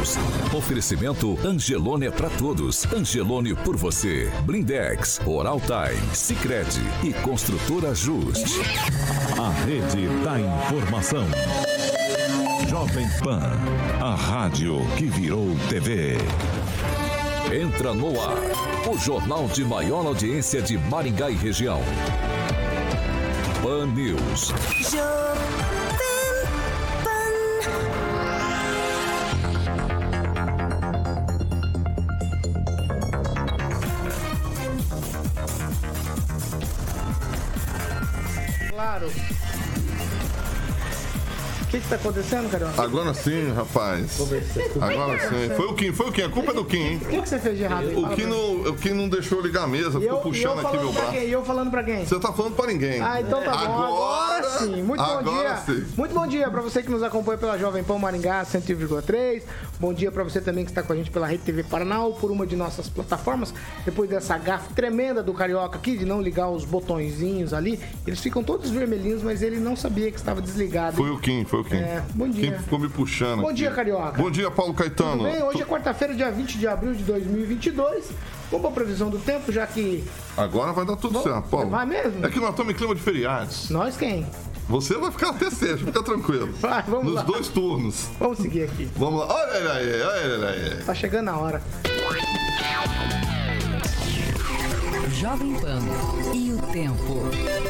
News. Oferecimento Angelone é pra todos. Angelone por você. Blindex, Oral Time, Sicredi e Construtora Just. A rede da informação. Jovem Pan, a rádio que virou TV. Entra no ar, o jornal de maior audiência de Maringá e região. Pan News. Claro. O que está acontecendo, Carioca? Agora sim, rapaz. Agora sim. Foi o Kim. A culpa é do Kim, hein? O que você fez de errado aí? O Kim não deixou ligar a mesa, ficou puxando aqui meu braço. E eu falando pra quem? Você tá falando pra ninguém. Ah, então tá bom. Agora sim. Muito bom dia. Sim. Muito bom dia pra você que nos acompanha pela Jovem Pan Maringá 101,3. Bom dia pra você também que está com a gente pela Rede TV Paraná ou por uma de nossas plataformas. Depois dessa gafe tremenda do Carioca aqui, de não ligar os botõezinhos ali, eles ficam todos vermelhinhos, mas ele não sabia que estava desligado. Foi o Kim. Bom dia. Quem ficou me puxando Bom aqui. dia, Carioca. Bom dia, Paulo Caetano. Tudo bem? Hoje é quarta-feira, dia 20 de abril de 2022. Vamos para a previsão do tempo, já que... Agora vai dar tudo certo, Paulo. Vai mesmo? É que nós estamos em clima de feriados. Nós quem? Você vai ficar até sexta, fica tranquilo. Vai, vamos lá. Nos 2 turnos. Vamos seguir aqui. Vamos lá. Olha ele aí. Tá chegando a hora. Jovem Pan e o tempo.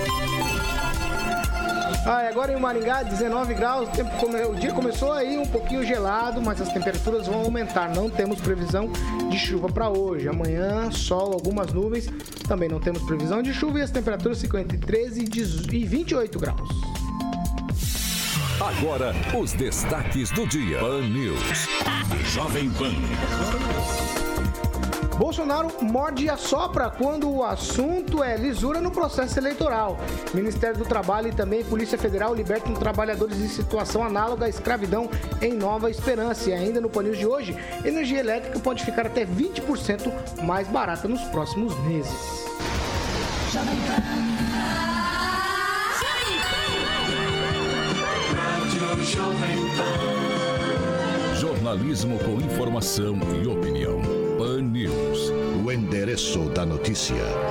Agora em Maringá, 19 graus, o dia começou aí um pouquinho gelado, mas as temperaturas vão aumentar. Não temos previsão de chuva para hoje. Amanhã, sol, algumas nuvens. Também não temos previsão de chuva e as temperaturas ficam entre 13 e 28 graus. Agora, os destaques do dia. Pan News. Jovem Pan. Bolsonaro morde e assopra quando o assunto é lisura no processo eleitoral. Ministério do Trabalho e também Polícia Federal libertam trabalhadores em situação análoga à escravidão em Nova Esperança. E ainda no Pan News de hoje, energia elétrica pode ficar até 20% mais barata nos próximos meses. Jornalismo com informação e opinião. Pan News. O endereço da notícia.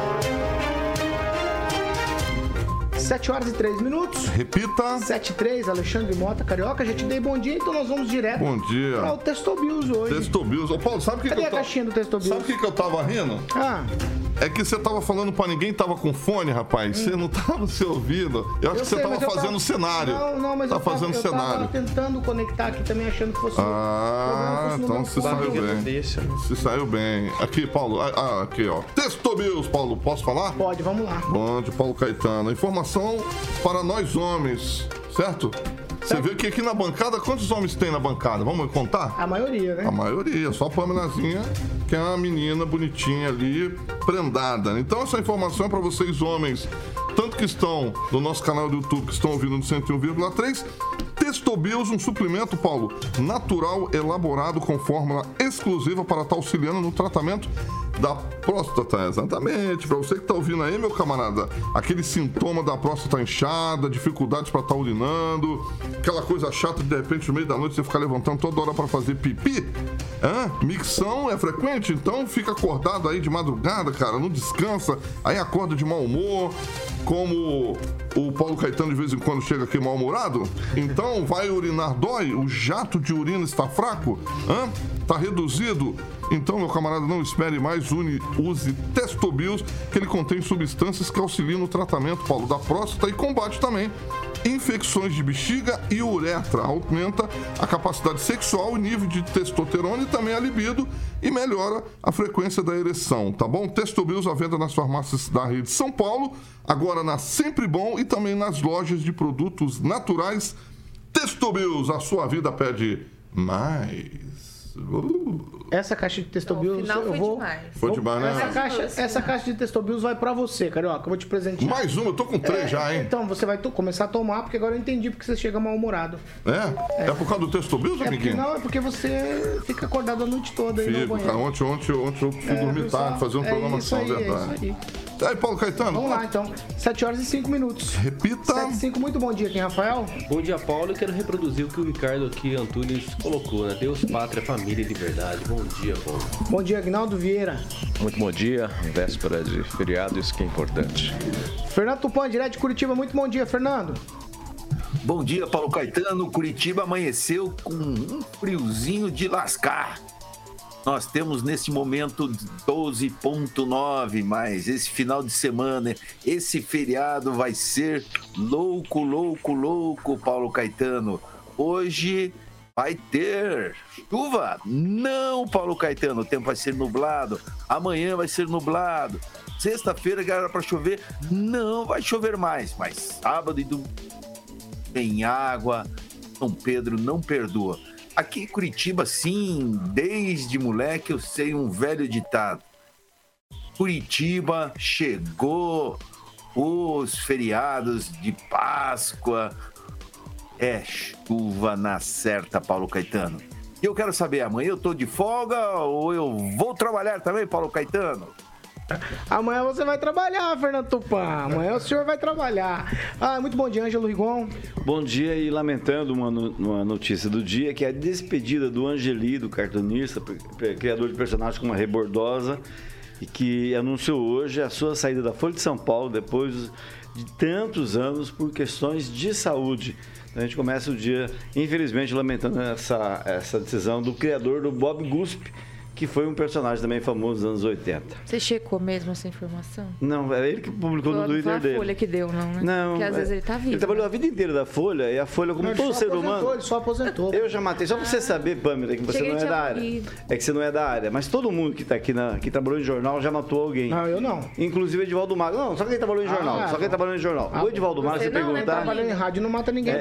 7 horas e 3 minutos. Repita. 7h03, Alexandre Mota, Carioca. Já te dei bom dia, então nós vamos direto para o Testobills hoje. Testobills. Ô, Paulo, sabe o que Cadê eu a caixinha do Testobills? Sabe o que eu tava rindo? É que você tava falando pra ninguém, tava com fone, rapaz. Você não tava se ouvindo. Eu acho que você tava fazendo cenário. Não, mas eu tava tentando conectar aqui também, achando que fosse... então você saiu bem. Se saiu bem. Aqui, Paulo. Aqui, ó. Testobills, Paulo. Posso falar? Pode, vamos lá. Bom, de Paulo Caetano. Informação para nós homens, certo? Você vê que aqui na bancada, quantos homens tem na bancada? Vamos contar? A maioria, né? A maioria, só a Pamelazinha, que é uma menina bonitinha ali, prendada. Então essa informação é para vocês homens, tanto que estão no nosso canal do YouTube, que estão ouvindo no 101,3. Testobills, um suplemento, Paulo, natural, elaborado com fórmula exclusiva para estar auxiliando no tratamento da próstata, exatamente. Para você que tá ouvindo aí, meu camarada, aquele sintoma da próstata inchada, dificuldades para estar urinando, aquela coisa chata de repente no meio da noite você ficar levantando toda hora para fazer pipi. Micção é frequente, então fica acordado aí de madrugada, cara, não descansa, aí acorda de mau humor, como o Paulo Caetano de vez em quando chega aqui mal-humorado. Então vai urinar, dói, o jato de urina está fraco, tá reduzido. Então, meu camarada, não espere mais, use Testobills, que ele contém substâncias que auxiliam no tratamento, Paulo, da próstata e combate também infecções de bexiga e uretra. Aumenta a capacidade sexual, o nível de testosterona e também a libido e melhora a frequência da ereção, tá bom? Testobills à venda nas farmácias da rede São Paulo, agora na Sempre Bom e também nas lojas de produtos naturais. Testobills, a sua vida pede mais. Essa caixa de Testobills eu vou... Foi demais, né? Essa caixa de Testobills vai pra você, Carioca. Eu vou te presentear. Mais uma, eu tô com 3 já, hein? Então, você vai começar a tomar, porque agora eu entendi porque você chega mal-humorado. É por causa do Testobills, amiguinho? Não, é porque você fica acordado a noite toda aí no banheiro. Ontem eu fui dormir tarde, fazer um programa só, verdade. E aí, Paulo Caetano? Vamos lá, então. 7 horas e 5 minutos. Repita. 7 e 5, muito bom dia, quem, Rafael? Bom dia, Paulo. Eu quero reproduzir o que o Ricardo aqui, Antunes, colocou, né? Deus, pátria, família e liberdade. Bom dia, Paulo. Bom dia, Aguinaldo Vieira. Muito bom dia. Véspera de feriado, isso que é importante. Fernando Tupan, direto de Curitiba. Muito bom dia, Fernando. Bom dia, Paulo Caetano. Curitiba amanheceu com um friozinho de lascar. Nós temos nesse momento 12,9, mas esse final de semana, esse feriado vai ser louco, Paulo Caetano. Hoje vai ter chuva? Não, Paulo Caetano, o tempo vai ser nublado. Amanhã vai ser nublado. Sexta-feira era para chover? Não vai chover mais, mas sábado e domingo tem água. São Pedro não perdoa. Aqui em Curitiba, sim, desde moleque eu sei um velho ditado. Curitiba chegou, os feriados de Páscoa, é chuva na certa, Paulo Caetano. E eu quero saber, amanhã eu tô de folga ou eu vou trabalhar também, Paulo Caetano? Amanhã você vai trabalhar, Fernando Tupan. Amanhã o senhor vai trabalhar. Muito bom dia, Ângelo Rigon. Bom dia, e lamentando uma notícia do dia, que é a despedida do Angeli, do cartunista, criador de personagens como a Rebordosa, e que anunciou hoje a sua saída da Folha de São Paulo depois de tantos anos por questões de saúde. Então, a gente começa o dia, infelizmente, lamentando essa decisão do criador do Bob Guspe, que foi um personagem também famoso nos anos 80. Você checou mesmo essa informação? Não, é ele que publicou no Twitter dele. Foi a Folha que deu, não, né? Não. Porque às vezes ele tá vivo. Ele trabalhou a vida inteira da Folha, e a Folha, como todo ser humano... Ele só aposentou. Eu já matei. Só pra você saber, Pamela, que você não é da área. É que você não é da área. Mas todo mundo que tá aqui, que trabalhou em jornal, já matou alguém. Não, eu não. Inclusive o Edivaldo Magro. Não, só quem trabalhou em jornal. Só quem trabalhou em jornal. O Edivaldo Magro, você perguntar... Ele trabalhou em rádio, não mata ninguém,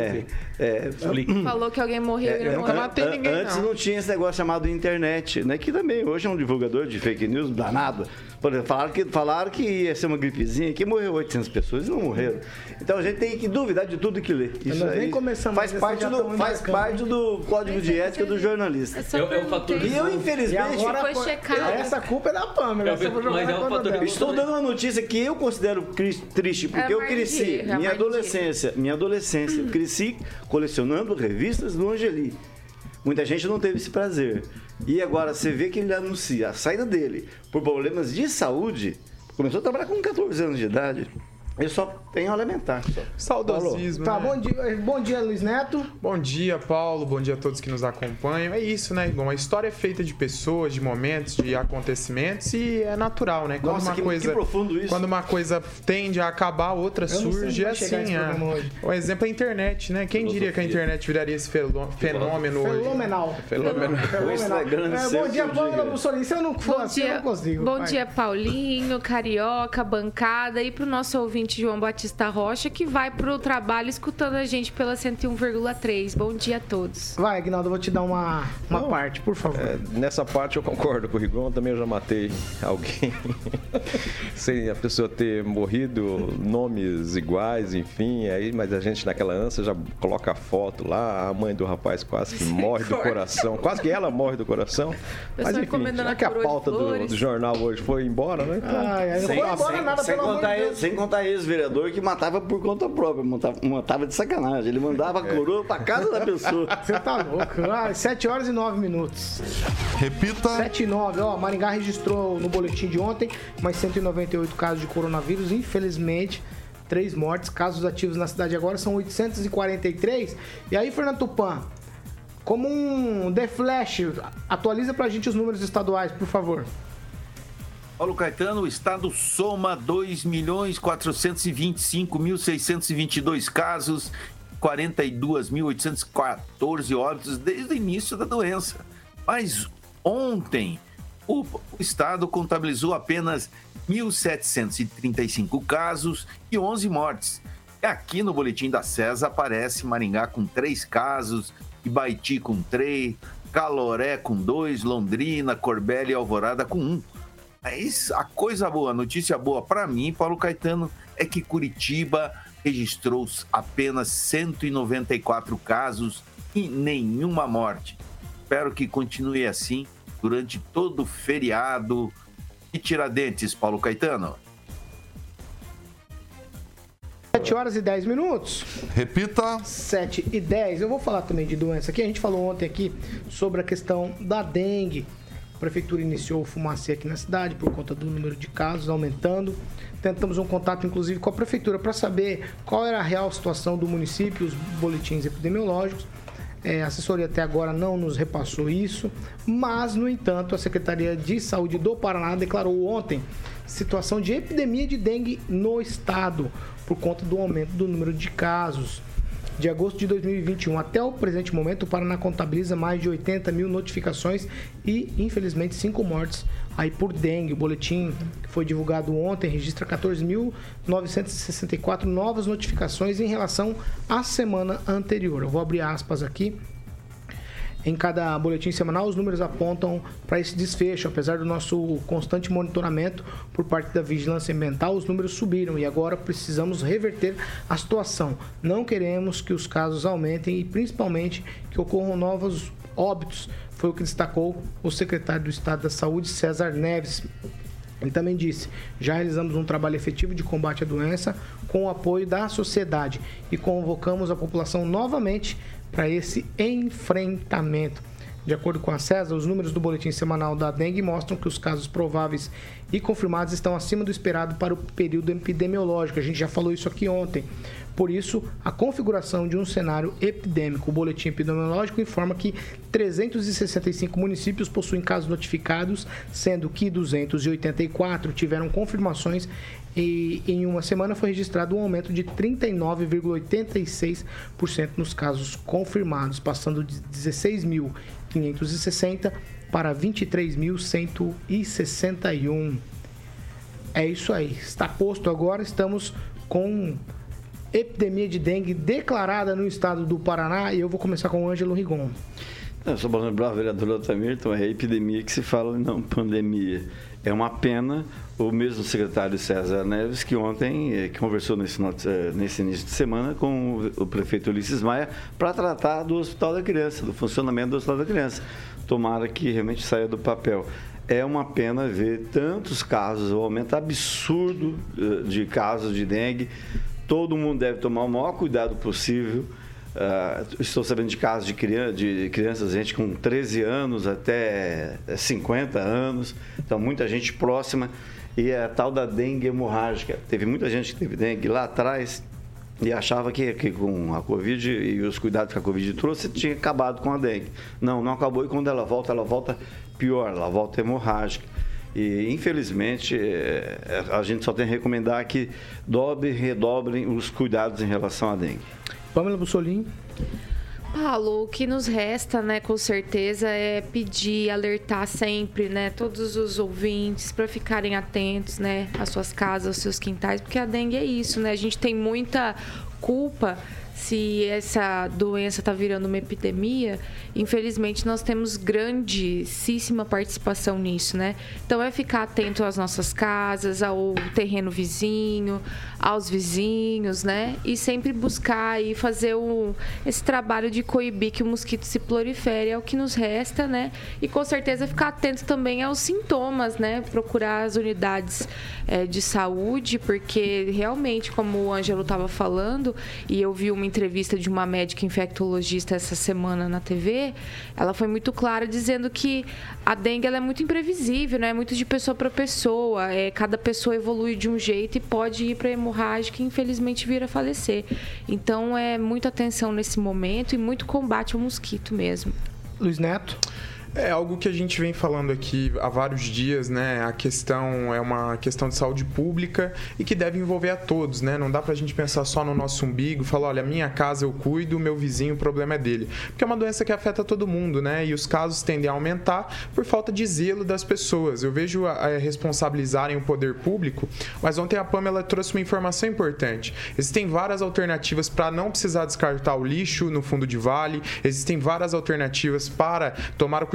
não. Falou que alguém morreu, ele não nunca matei ninguém, Antes não tinha esse negócio chamado internet, né? Que também hoje é um divulgador de fake news danado. Falaram que ia ser uma gripezinha, que morreu 800 pessoas e não morreram. Então a gente tem que duvidar de tudo que lê. Isso nós nem começamos, faz parte do código de ética do jornalista. E eu, infelizmente, essa culpa é da Pamela. Estou dando uma notícia que eu considero triste, porque eu cresci, minha adolescência, cresci colecionando revistas do Angeli. Muita gente não teve esse prazer. E agora você vê que ele anuncia a saída dele por problemas de saúde. Começou a trabalhar com 14 anos de idade. Eu só tenho a lamentar. Saudosismo. Tá, né? bom dia, Luiz Neto. Bom dia, Paulo. Bom dia a todos que nos acompanham. É isso, né? Bom, a história é feita de pessoas, de momentos, de acontecimentos e é natural, né? Quando que profundo isso. Quando uma coisa tende a acabar, outra surge. É assim. O exemplo é a internet, né? Quem diria que a internet viraria esse fenômeno hoje? Fenomenal. Bom dia, Pamela Bussolini. Se eu não for assim, eu não consigo. Bom dia, Paulinho, Carioca, bancada e pro nosso ouvinte João Batista Rocha, que vai pro trabalho escutando a gente pela 101,3. Bom dia a todos. Vai, Aguinaldo, eu vou te dar uma parte, por favor. Nessa parte eu concordo com o Rigon, também eu já matei alguém sem a pessoa ter morrido, nomes iguais, enfim, mas a gente naquela ânsia já coloca a foto lá, a mãe do rapaz quase que morre do coração, quase que ela morre do coração. Mas enfim, já que a pauta do jornal hoje foi embora, né? Sem contar ex-vereador que matava por conta própria, matava de sacanagem. Ele mandava a coroa pra casa da pessoa. Você tá louco. 7 horas e 9 minutos. Repita. 7 e 9. Maringá registrou no boletim de ontem mais 198 casos de coronavírus. Infelizmente, 3 mortes. Casos ativos na cidade agora são 843. E aí, Fernando Tupan, como um The Flash, atualiza pra gente os números estaduais, por favor. Paulo Caetano, o estado soma 2.425.622 casos, 42.814 óbitos desde o início da doença. Mas ontem, o estado contabilizou apenas 1.735 casos e 11 mortes. Aqui no boletim da CESA aparece Maringá com 3 casos, Ibaiti com 3, Caloré com 2, Londrina, Corbélia e Alvorada com 1. Mas a coisa boa, a notícia boa para mim, Paulo Caetano, é que Curitiba registrou apenas 194 casos e nenhuma morte. Espero que continue assim durante todo o feriado. E Tiradentes, Paulo Caetano? 7h10. Repita. 7h10. Eu vou falar também de doença aqui. A gente falou ontem aqui sobre a questão da dengue. A prefeitura iniciou o Fumacê aqui na cidade por conta do número de casos aumentando. Tentamos um contato, inclusive, com a prefeitura para saber qual era a real situação do município, os boletins epidemiológicos. A assessoria até agora não nos repassou isso, mas, no entanto, a Secretaria de Saúde do Paraná declarou ontem situação de epidemia de dengue no estado, por conta do aumento do número de casos. De agosto de 2021 até o presente momento, o Paraná contabiliza mais de 80 mil notificações e, infelizmente, 5 mortes aí por dengue. O boletim que foi divulgado ontem registra 14.964 novas notificações em relação à semana anterior. Eu vou abrir aspas aqui. Em cada boletim semanal, os números apontam para esse desfecho. Apesar do nosso constante monitoramento por parte da vigilância ambiental, os números subiram e agora precisamos reverter a situação. Não queremos que os casos aumentem e, principalmente, que ocorram novos óbitos. Foi o que destacou o secretário do Estado da Saúde, César Neves. Ele também disse: já realizamos um trabalho efetivo de combate à doença com o apoio da sociedade e convocamos a população novamente para esse enfrentamento. De acordo com a César, os números do boletim semanal da dengue mostram que os casos prováveis e confirmados estão acima do esperado para o período epidemiológico. A gente já falou isso aqui ontem. Por isso, a configuração de um cenário epidêmico. O boletim epidemiológico informa que 365 municípios possuem casos notificados, sendo que 284 tiveram confirmações e em uma semana foi registrado um aumento de 39,86% nos casos confirmados, passando de 16.560 para 23.161. É isso aí. Está posto agora, estamos com epidemia de dengue declarada no estado do Paraná e eu vou começar com o Ângelo Rigon. Só para lembrar, vereador Altamir, então é epidemia que se fala, não pandemia. É uma pena. O mesmo secretário César Neves, que ontem conversou nesse início de semana com o prefeito Ulisses Maia para tratar do Hospital da Criança, do funcionamento do Hospital da Criança. Tomara que realmente saia do papel. É uma pena ver tantos casos, um aumento absurdo de casos de dengue. Todo mundo deve tomar o maior cuidado possível. Estou sabendo de casos de crianças, gente com 13 anos até 50 anos, então muita gente próxima, e a tal da dengue hemorrágica. Teve muita gente que teve dengue lá atrás e achava que com a Covid e os cuidados que a Covid trouxe, tinha acabado com a dengue. Não acabou, e quando ela volta pior, ela volta hemorrágica. E, infelizmente, a gente só tem a recomendar que redobrem os cuidados em relação à dengue. Pamela Bussolini. Paulo, o que nos resta, né, com certeza, é pedir, alertar sempre, né, todos os ouvintes para ficarem atentos, né, às suas casas, aos seus quintais, porque a dengue é isso, né, a gente tem muita culpa se essa doença está virando uma epidemia. Infelizmente, nós temos grandíssima participação nisso, né? Então, é ficar atento às nossas casas, ao terreno vizinho, aos vizinhos, né? E sempre buscar e fazer esse trabalho de coibir que o mosquito se prolifere, é o que nos resta, né? E, com certeza, ficar atento também aos sintomas, né? Procurar as unidades de saúde, porque, realmente, como o Ângelo estava falando, e eu vi uma entrevista de uma médica infectologista essa semana na TV, ela foi muito clara dizendo que a dengue ela é muito imprevisível, né? É muito de pessoa para pessoa, cada pessoa evolui de um jeito e pode ir para hemorrágica e infelizmente vir a falecer. Então é muita atenção nesse momento e muito combate ao mosquito mesmo. Luiz Neto. É algo que a gente vem falando aqui há vários dias, né? A questão é uma questão de saúde pública e que deve envolver a todos, né? Não dá pra gente pensar só no nosso umbigo, falar, olha, minha casa eu cuido, o meu vizinho, o problema é dele. Porque é uma doença que afeta todo mundo, né? E os casos tendem a aumentar por falta de zelo das pessoas. Eu vejo responsabilizarem o poder público, mas ontem a Pamela trouxe uma informação importante. Existem várias alternativas para não precisar descartar o lixo no fundo de vale, existem várias alternativas para tomar o cuidado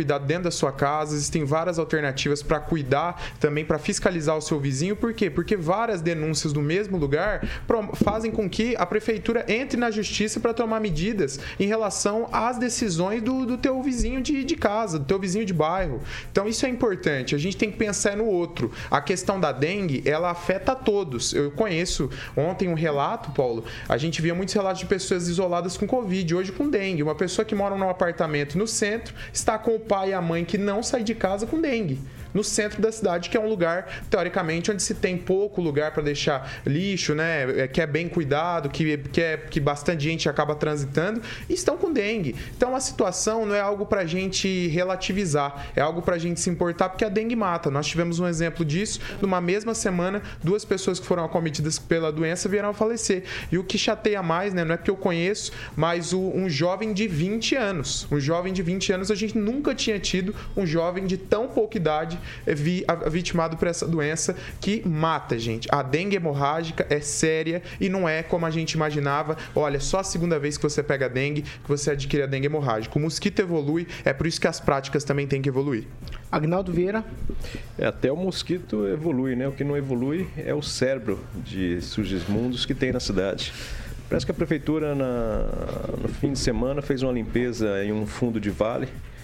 cuidado dentro da sua casa, existem várias alternativas para cuidar, também para fiscalizar o seu vizinho. Por quê? Porque várias denúncias do mesmo lugar fazem com que a prefeitura entre na justiça para tomar medidas em relação às decisões do teu vizinho de casa, do teu vizinho de bairro. Então isso é importante, a gente tem que pensar no outro. A questão da dengue, ela afeta a todos. Eu conheço ontem um relato, Paulo, a gente via muitos relatos de pessoas isoladas com Covid, hoje com dengue. Uma pessoa que mora num apartamento no centro está com o pai e a mãe que não saem de casa com dengue. No centro da cidade, que é um lugar, teoricamente, onde se tem pouco lugar para deixar lixo, né? Que é bem cuidado, que bastante gente acaba transitando, e estão com dengue. Então, a situação não é algo para a gente relativizar, é algo para a gente se importar, porque a dengue mata. Nós tivemos um exemplo disso, numa mesma semana, 2 pessoas que foram acometidas pela doença vieram a falecer. E o que chateia mais, né? Não é porque eu conheço, mas um jovem de 20 anos. Um jovem de 20 anos, a gente nunca tinha tido um jovem de tão pouca idade vitimado por essa doença que mata, gente. A dengue hemorrágica é séria e não é como a gente imaginava. Olha, só a segunda vez que você pega a dengue, que você adquire a dengue hemorrágica. O mosquito evolui, é por isso que as práticas também têm que evoluir. Agnaldo Vieira. Até o mosquito evolui, né? O que não evolui é o cérebro de sujismundos que tem na cidade. Parece que a prefeitura, no fim de semana, fez uma limpeza em um fundo de vale.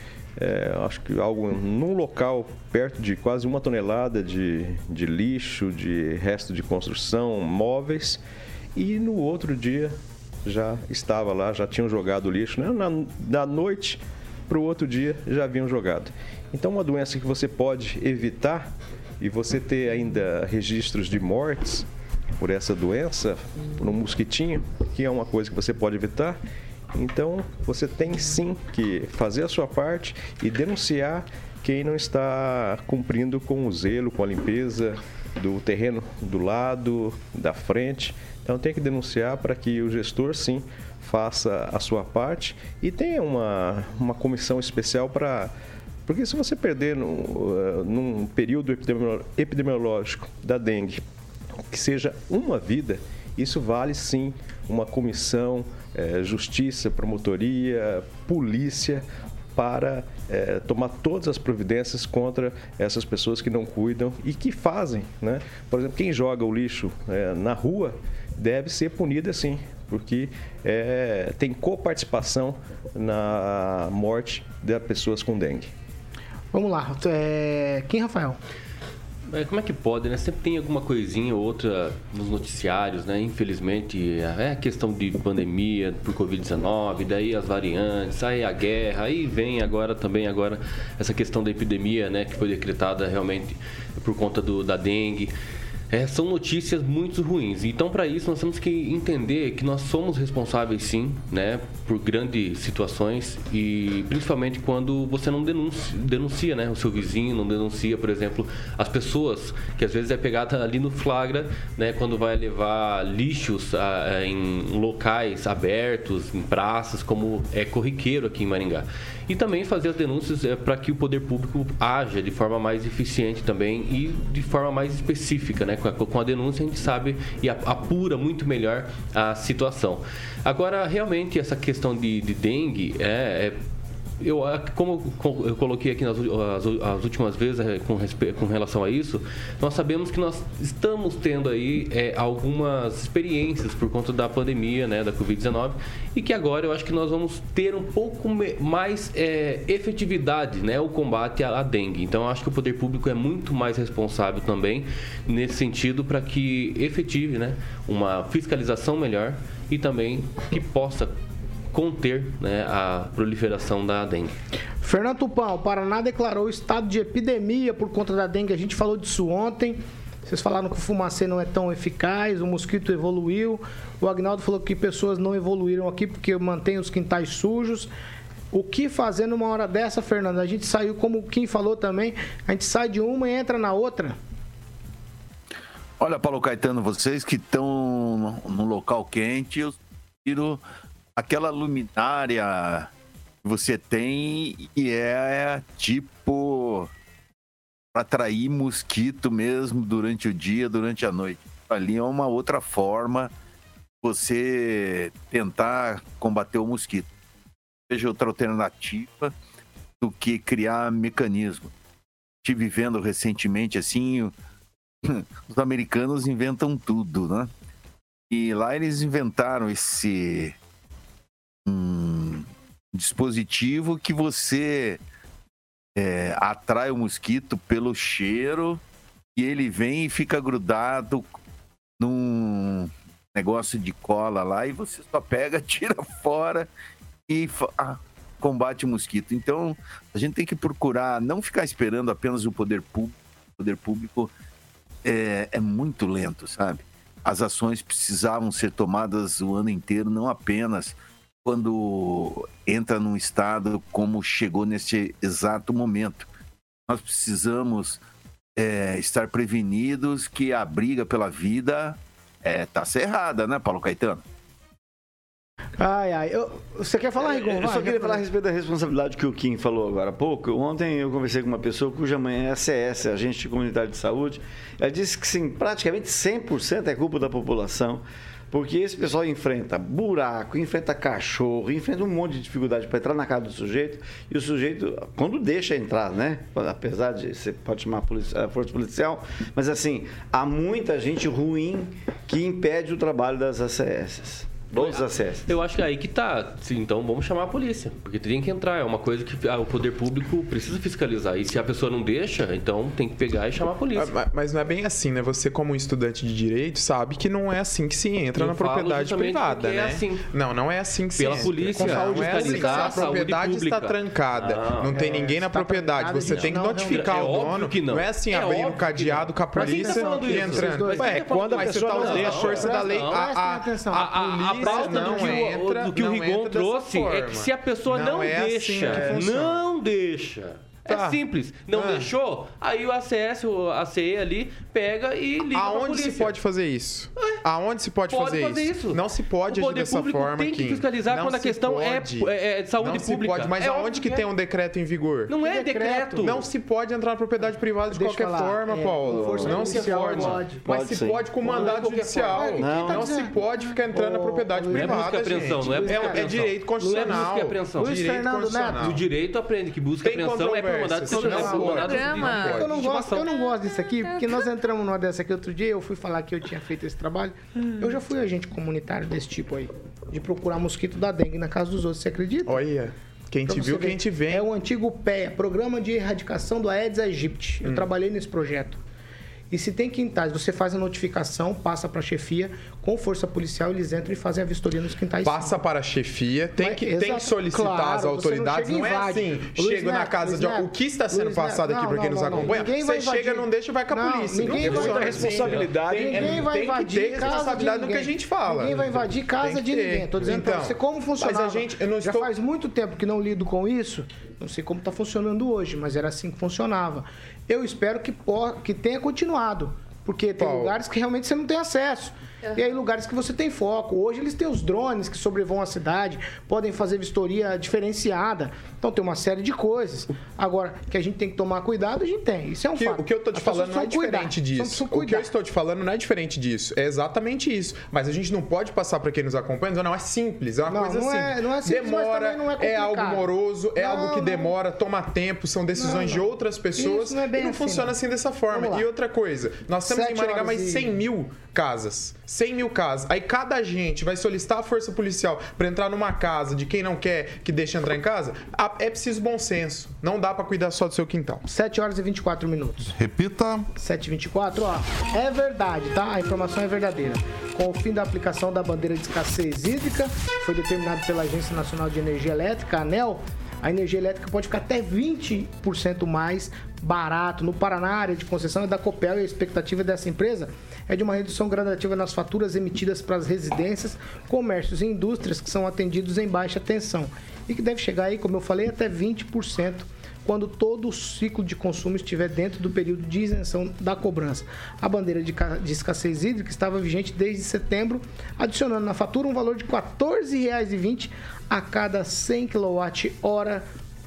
Acho que algo num local perto de quase 1 tonelada de lixo, de resto de construção, móveis, e no outro dia já estava lá, já tinham jogado o lixo, né? Da noite para o outro dia já haviam jogado. Então, uma doença que você pode evitar e você ter ainda registros de mortes por essa doença, por um mosquitinho, que é uma coisa que você pode evitar. Então, você tem sim que fazer a sua parte e denunciar quem não está cumprindo com o zelo, com a limpeza do terreno do lado, da frente. Então, tem que denunciar para que o gestor, sim, faça a sua parte e tenha uma comissão especial para... Porque se você perder num período epidemiológico da dengue, que seja uma vida, isso vale sim uma comissão, justiça, promotoria, polícia, para tomar todas as providências contra essas pessoas que não cuidam e que fazem, né? Por exemplo, quem joga o lixo na rua deve ser punido assim, porque tem coparticipação na morte de pessoas com dengue. Vamos lá. Quem, Rafael? Como é que pode, né? Sempre tem alguma coisinha ou outra nos noticiários, né? Infelizmente, é a questão de pandemia por Covid-19, daí as variantes, aí a guerra, aí vem agora essa questão da epidemia, né? Que foi decretada realmente por conta da dengue. São notícias muito ruins. Então, para isso, nós temos que entender que nós somos responsáveis, sim, né, por grandes situações e principalmente quando você não denuncia, né, o seu vizinho, não denuncia, por exemplo, as pessoas, que às vezes é pegada ali no flagra, né, quando vai levar lixos em locais abertos, em praças, como é corriqueiro aqui em Maringá. E também fazer as denúncias para que o poder público haja de forma mais eficiente também e de forma mais específica, né? Com a denúncia a gente sabe e apura muito melhor a situação. Agora, realmente, essa questão de dengue como eu coloquei aqui as últimas vezes com relação a isso, nós sabemos que nós estamos tendo aí algumas experiências por conta da pandemia, né, da Covid-19, e que agora eu acho que nós vamos ter um pouco mais efetividade, né, o combate à dengue. Então eu acho que o poder público é muito mais responsável também nesse sentido para que efetive, né, uma fiscalização melhor e também que possa conter, né, a proliferação da dengue. Fernando Tupan, o Paraná declarou estado de epidemia por conta da dengue. A gente falou disso ontem. Vocês falaram que o fumacê não é tão eficaz, o mosquito evoluiu. O Agnaldo falou que pessoas não evoluíram aqui porque mantém os quintais sujos. O que fazer numa hora dessa, Fernando? A gente saiu, como o Kim falou também, a gente sai de uma e entra na outra. Olha, Paulo Caetano, vocês que estão num local quente, eu tiro aquela luminária que você tem e tipo para atrair mosquito mesmo durante o dia, durante a noite. Ali é uma outra forma você tentar combater o mosquito. Veja outra alternativa. do que criar mecanismo. Estive vendo recentemente, assim, os americanos inventam tudo, né? E lá eles inventaram esse dispositivo que você atrai o mosquito pelo cheiro e ele vem e fica grudado num negócio de cola lá e você só pega, tira fora e combate o mosquito. Então, a gente tem que procurar não ficar esperando apenas o poder público. O poder público é muito lento, sabe? As ações precisavam ser tomadas o ano inteiro, não apenas quando entra num estado como chegou neste exato momento. Nós precisamos estar prevenidos que a briga pela vida tá cerrada, né, Paulo Caetano? Você quer falar, Rigon? Eu só queria falar a respeito da responsabilidade que o Kim falou agora há pouco. Ontem eu conversei com uma pessoa cuja mãe é ACS, agente comunitário de saúde. Ela disse que sim, praticamente 100% é culpa da população, porque esse pessoal enfrenta buraco, enfrenta cachorro, enfrenta um monte de dificuldade para entrar na casa do sujeito, e o sujeito, quando deixa entrar, né? Apesar de você pode chamar a força policial, mas assim, há muita gente ruim que impede o trabalho das ACS. Dos acessos. Eu acho que é aí que tá. Sim, então vamos chamar a polícia. Porque tem que entrar. É uma coisa que o poder público precisa fiscalizar. E se a pessoa não deixa, então tem que pegar e chamar a polícia. Mas não é bem assim, né? Você, como um estudante de direito, sabe que não é assim que se entra na propriedade privada, né? É assim. Não é assim que se entra. Pela polícia, não é assim. Se a propriedade está trancada, não tem ninguém na propriedade, você tem que notificar o dono. Não é assim, abrir um cadeado com a polícia e entrando. Quando a pessoa não deixa a força da lei, a pauta do que o Rigon trouxe é que se a pessoa não deixa. É simples. Não deixou, aí o ACS, a CE ali, pega e liga pra polícia. Aonde se pode fazer isso? Aonde se pode fazer isso? Não se pode agir dessa forma. O poder público tem que fiscalizar quando a questão é de saúde pública. Pode, mas aonde que tem um decreto em vigor? Não é decreto. Não se pode entrar na propriedade privada de qualquer forma, Paulo. Não se pode. Mas se pode com mandado judicial. Não se pode ficar entrando na propriedade privada. Não é busca e apreensão, não é busca e apreensão. É direito constitucional. Não é busca e apreensão. Luiz Fernando Neto. O direito aprende que busca e apreensão é por mandado constitucional. Eu não gosto disso aqui, porque nós entramos numa dessa aqui outro dia, eu fui falar que eu tinha feito esse trabalho. Eu já fui agente comunitário desse tipo aí, de procurar mosquito da dengue na casa dos outros, você acredita? Olha, quem te viu, quem te vê. É o antigo PEA, Programa de Erradicação do Aedes aegypti. Eu trabalhei nesse projeto. E se tem quintais, você faz a notificação, passa para a chefia, com força policial, eles entram e fazem a vistoria nos quintais. Passa para a chefia, tem que solicitar às autoridades, não é assim, chega na casa de... O que está sendo passado aqui para quem nos acompanha, você chega, não deixa e vai com a polícia. Ninguém vai invadir responsabilidade. Ninguém vai invadir responsabilidade do que a gente fala. Ninguém vai invadir casa de ninguém. Estou dizendo para você como funcionava. Já faz muito tempo que não lido com isso, não sei como está funcionando hoje, mas era assim que funcionava. Eu espero que tenha continuado, porque tem lugares que realmente você não tem acesso. E aí lugares que você tem foco. Hoje eles têm os drones que sobrevoam a cidade, podem fazer vistoria diferenciada. Então tem uma série de coisas. Agora, que a gente tem que tomar cuidado, a gente tem. Isso é um fato. O que eu estou te falando não é diferente disso. O que eu estou te falando não é diferente disso. É exatamente isso. Mas a gente não pode passar para quem nos acompanha, não é simples. É uma coisa simples. Não é simples, demora, não é algo moroso, é algo que demora, toma tempo, são decisões de outras pessoas. Isso não é bem e não funciona assim dessa forma. E outra coisa, nós temos em Maringá mais 100 mil casas. 100 mil casas. Aí cada agente vai solicitar a força policial para entrar numa casa de quem não quer que deixe entrar em casa. É preciso bom senso. Não dá para cuidar só do seu quintal. 7 horas e 24 minutos. Repita. 7h24, é verdade, tá? A informação é verdadeira. Com o fim da aplicação da bandeira de escassez hídrica, foi determinado pela Agência Nacional de Energia Elétrica, a ANEEL, a energia elétrica pode ficar até 20% mais barato. No Paraná, a área de concessão é da Copel e a expectativa dessa empresa é de uma redução gradativa nas faturas emitidas para as residências, comércios e indústrias que são atendidos em baixa tensão e que deve chegar aí, como eu falei, até 20% quando todo o ciclo de consumo estiver dentro do período de isenção da cobrança. A bandeira de escassez hídrica estava vigente desde setembro, adicionando na fatura um valor de R$ 14,20 a cada 100 kWh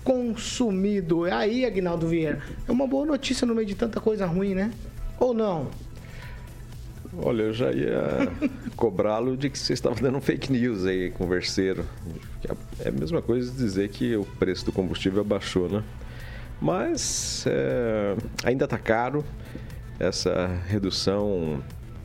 consumido. Aí, Aguinaldo Vieira, é uma boa notícia no meio de tanta coisa ruim, né? Ou não? Olha, eu já ia cobrá-lo de que você estava dando fake news aí, converseiro. É a mesma coisa dizer que o preço do combustível abaixou, né? Mas ainda está caro. Essa redução,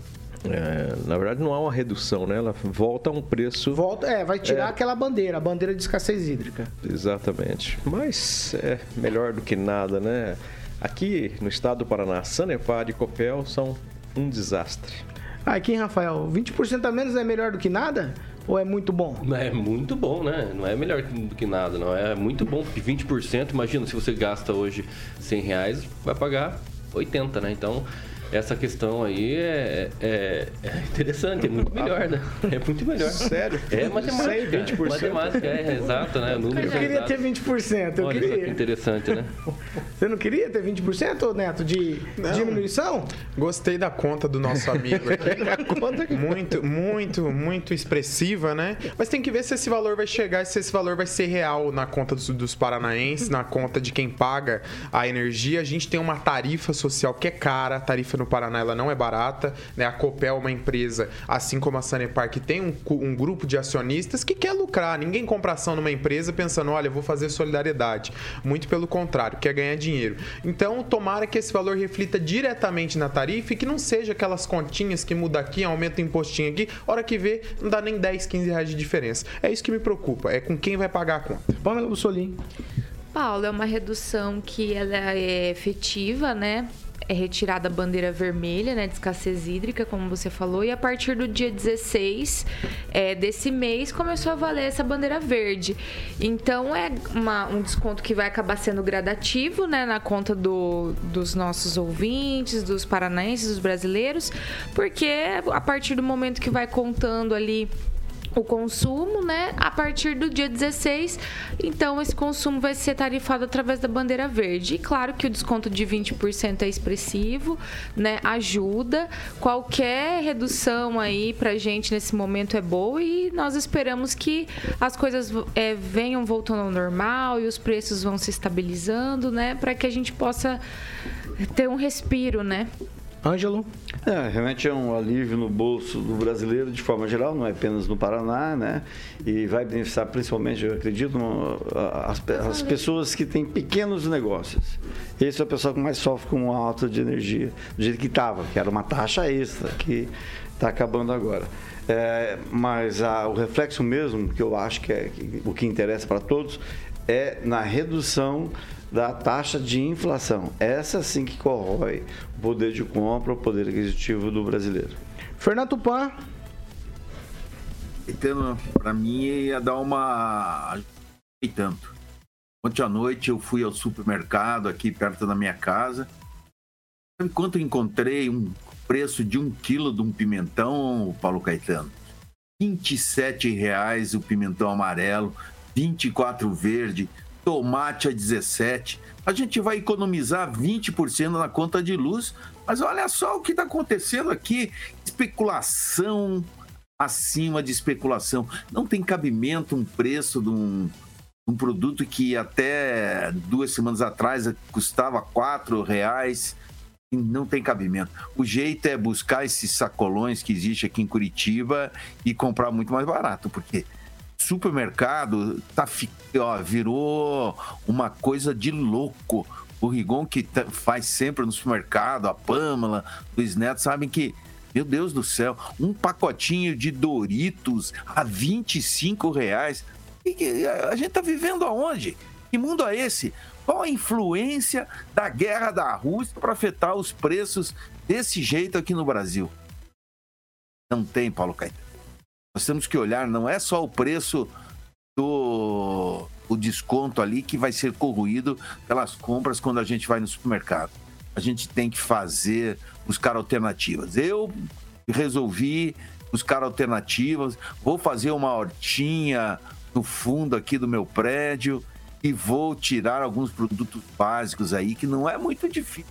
na verdade não há uma redução, né? Ela volta a um preço... Vai tirar aquela bandeira, a bandeira de escassez hídrica. Exatamente. Mas é melhor do que nada, né? Aqui no estado do Paraná, Sanepar e Copel são um desastre. Aqui, Rafael, 20% a menos é melhor do que nada? Ou é muito bom? É muito bom, né? Não é melhor do que nada, não. É muito bom, porque 20%, imagina, se você gasta hoje R$100, vai pagar 80, né? Então, essa questão aí é interessante, é muito melhor, né? É muito melhor. Sério? É matemática. 20%. Matemática, exato, né? Eu queria ter 20%. Olha só que interessante, né? Você não queria ter 20%, Neto, de diminuição? Gostei da conta do nosso amigo aqui. Muito expressiva, né? Mas tem que ver se esse valor vai chegar e se esse valor vai ser real na conta dos paranaenses, na conta de quem paga a energia. A gente tem uma tarifa social que é cara, a tarifa no Paraná ela não é barata, né? A Copel é uma empresa, assim como a Sanepar, que tem um grupo de acionistas que quer lucrar. Ninguém compra ação numa empresa pensando, olha, eu vou fazer solidariedade. Muito pelo contrário, quer ganhar dinheiro. Então, tomara que esse valor reflita diretamente na tarifa e que não seja aquelas continhas que muda aqui, aumenta o impostinho aqui, hora que vê, não dá nem 10, 15 reais de diferença. É isso que me preocupa, é com quem vai pagar a conta. Pamela Bussolini. Paulo, é uma redução que ela é efetiva, né? É retirada a bandeira vermelha, né, de escassez hídrica, como você falou, e a partir do dia 16 desse mês começou a valer essa bandeira verde. Então é um desconto que vai acabar sendo gradativo, né, na conta dos nossos ouvintes, dos paranaenses, dos brasileiros, porque a partir do momento que vai contando ali o consumo, né? A partir do dia 16, então esse consumo vai ser tarifado através da bandeira verde. E claro que o desconto de 20% é expressivo, né? Ajuda. Qualquer redução aí pra gente nesse momento é boa e nós esperamos que as coisas venham voltando ao normal e os preços vão se estabilizando, né? Para que a gente possa ter um respiro, né? Ângelo? Realmente é um alívio no bolso do brasileiro de forma geral, não é apenas no Paraná, né? E vai beneficiar principalmente, eu acredito, as pessoas que têm pequenos negócios. Esse é o pessoal que mais sofre com a alta de energia, do jeito que estava, que era uma taxa extra, que está acabando agora. Mas o reflexo mesmo, que eu acho que é o que interessa para todos, é na redução da taxa de inflação. Essa sim que corrói o poder de compra, o poder aquisitivo do brasileiro. Fernando Tupan. Então, para mim, ia dar uma... E tanto. Ontem à noite eu fui ao supermercado aqui perto da minha casa. Sabe quanto eu encontrei um preço de 1 quilo de um pimentão, Paulo Caetano? R$27 o pimentão amarelo, 24 verde, tomate a 17. A gente vai economizar 20% na conta de luz, mas olha só o que está acontecendo aqui. Especulação acima de especulação. Não tem cabimento um preço de um produto que até 2 semanas atrás custava R$4. Não tem cabimento. O jeito é buscar esses sacolões que existem aqui em Curitiba e comprar muito mais barato, porque supermercado virou uma coisa de louco. O Rigon, que faz sempre no supermercado, a Pamela, Luiz Neto, sabem que, meu Deus do céu, um pacotinho de Doritos a R$25. E a gente está vivendo aonde? Que mundo é esse? Qual a influência da guerra da Rússia para afetar os preços desse jeito aqui no Brasil? Não tem, Paulo Caetano. Nós temos que olhar, não é só o preço o desconto ali que vai ser corroído pelas compras quando a gente vai no supermercado. A gente tem que buscar alternativas. Eu resolvi buscar alternativas, vou fazer uma hortinha no fundo aqui do meu prédio e vou tirar alguns produtos básicos aí que não é muito difícil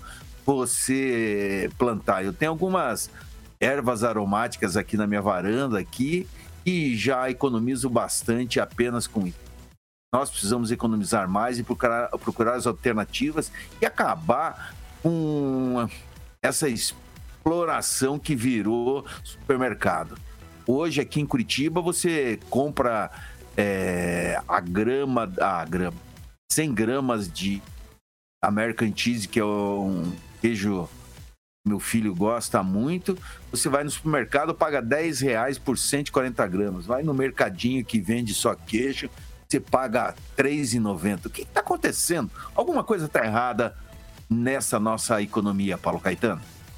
você plantar. Eu tenho algumas ervas aromáticas aqui na minha varanda aqui e já economizo bastante apenas com isso. Nós precisamos economizar mais e procurar as alternativas e acabar com essa exploração que virou supermercado. Hoje, aqui em Curitiba, você compra 100 gramas de American Cheese, que é um queijo que meu filho gosta muito. Você vai no supermercado, paga R$10 por 140 gramas. Vai no mercadinho que vende só queijo, você paga R$3,90. O que está acontecendo? Alguma coisa está errada nessa nossa economia, Paulo Caetano?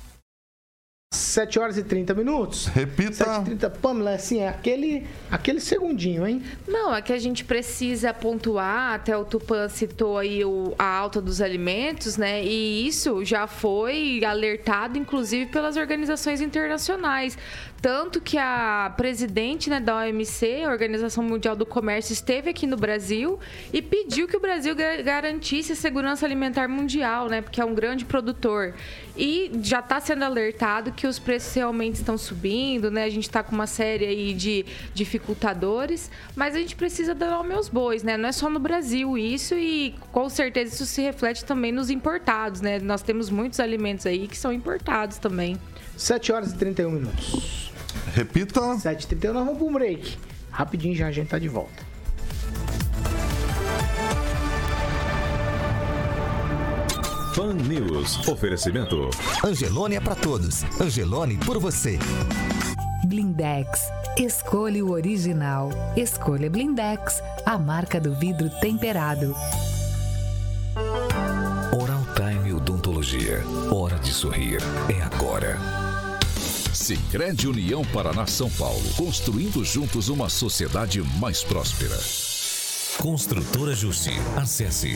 7 horas e 30 minutos. Repita. 7h30, Pamela, assim, é aquele segundinho, hein? Não, é que a gente precisa pontuar, até o Tupã citou aí a alta dos alimentos, né? E isso já foi alertado, inclusive, pelas organizações internacionais. Tanto que a presidente, né, da OMC, a Organização Mundial do Comércio, esteve aqui no Brasil e pediu que o Brasil garantisse a segurança alimentar mundial, né? Porque é um grande produtor. E já está sendo alertado que os preços realmente estão subindo, né? A gente está com uma série aí de dificultadores, mas a gente precisa dar nome aos bois, né? Não é só no Brasil isso, e com certeza isso se reflete também nos importados, né? Nós temos muitos alimentos aí que são importados também. 7 horas e 31 minutos. Repita. 7h31, nós vamos para um break. Rapidinho já a gente tá de volta. Pan News. Oferecimento. Angelone é pra todos. Angelone por você. Blindex. Escolha o original. Escolha Blindex, a marca do vidro temperado. Oral Time Odontologia. Hora de sorrir. É agora. Sicredi União Paraná São Paulo. Construindo juntos uma sociedade mais próspera. Construtora Justi. Acesse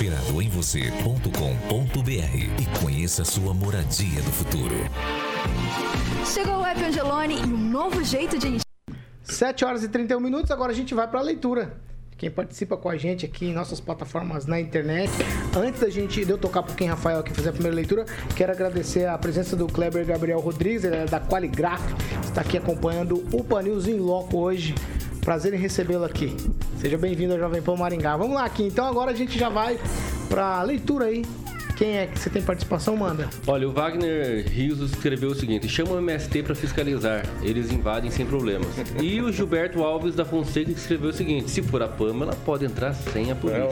inspiradoemvocê.com.br e conheça sua moradia do futuro. Chegou o app Angelone e um novo jeito de... 7 horas e 31 minutos, agora a gente vai para a leitura. Quem participa com a gente aqui em nossas plataformas na internet. Antes de eu tocar um pouquinho, Rafael, aqui fazer a primeira leitura, quero agradecer a presença do Kleber Gabriel Rodrigues, ele é da Qualigraf, está aqui acompanhando o Pan News em loco hoje. Prazer em recebê-lo aqui. Seja bem-vindo ao Jovem Pan Maringá. Vamos lá aqui, então agora a gente já vai para a leitura aí. Quem é que você tem participação, manda? Olha, o Wagner Rios escreveu o seguinte: chama o MST para fiscalizar, eles invadem sem problemas. E o Gilberto Alves da Fonseca escreveu o seguinte: se for a Pamela, pode entrar sem a polícia.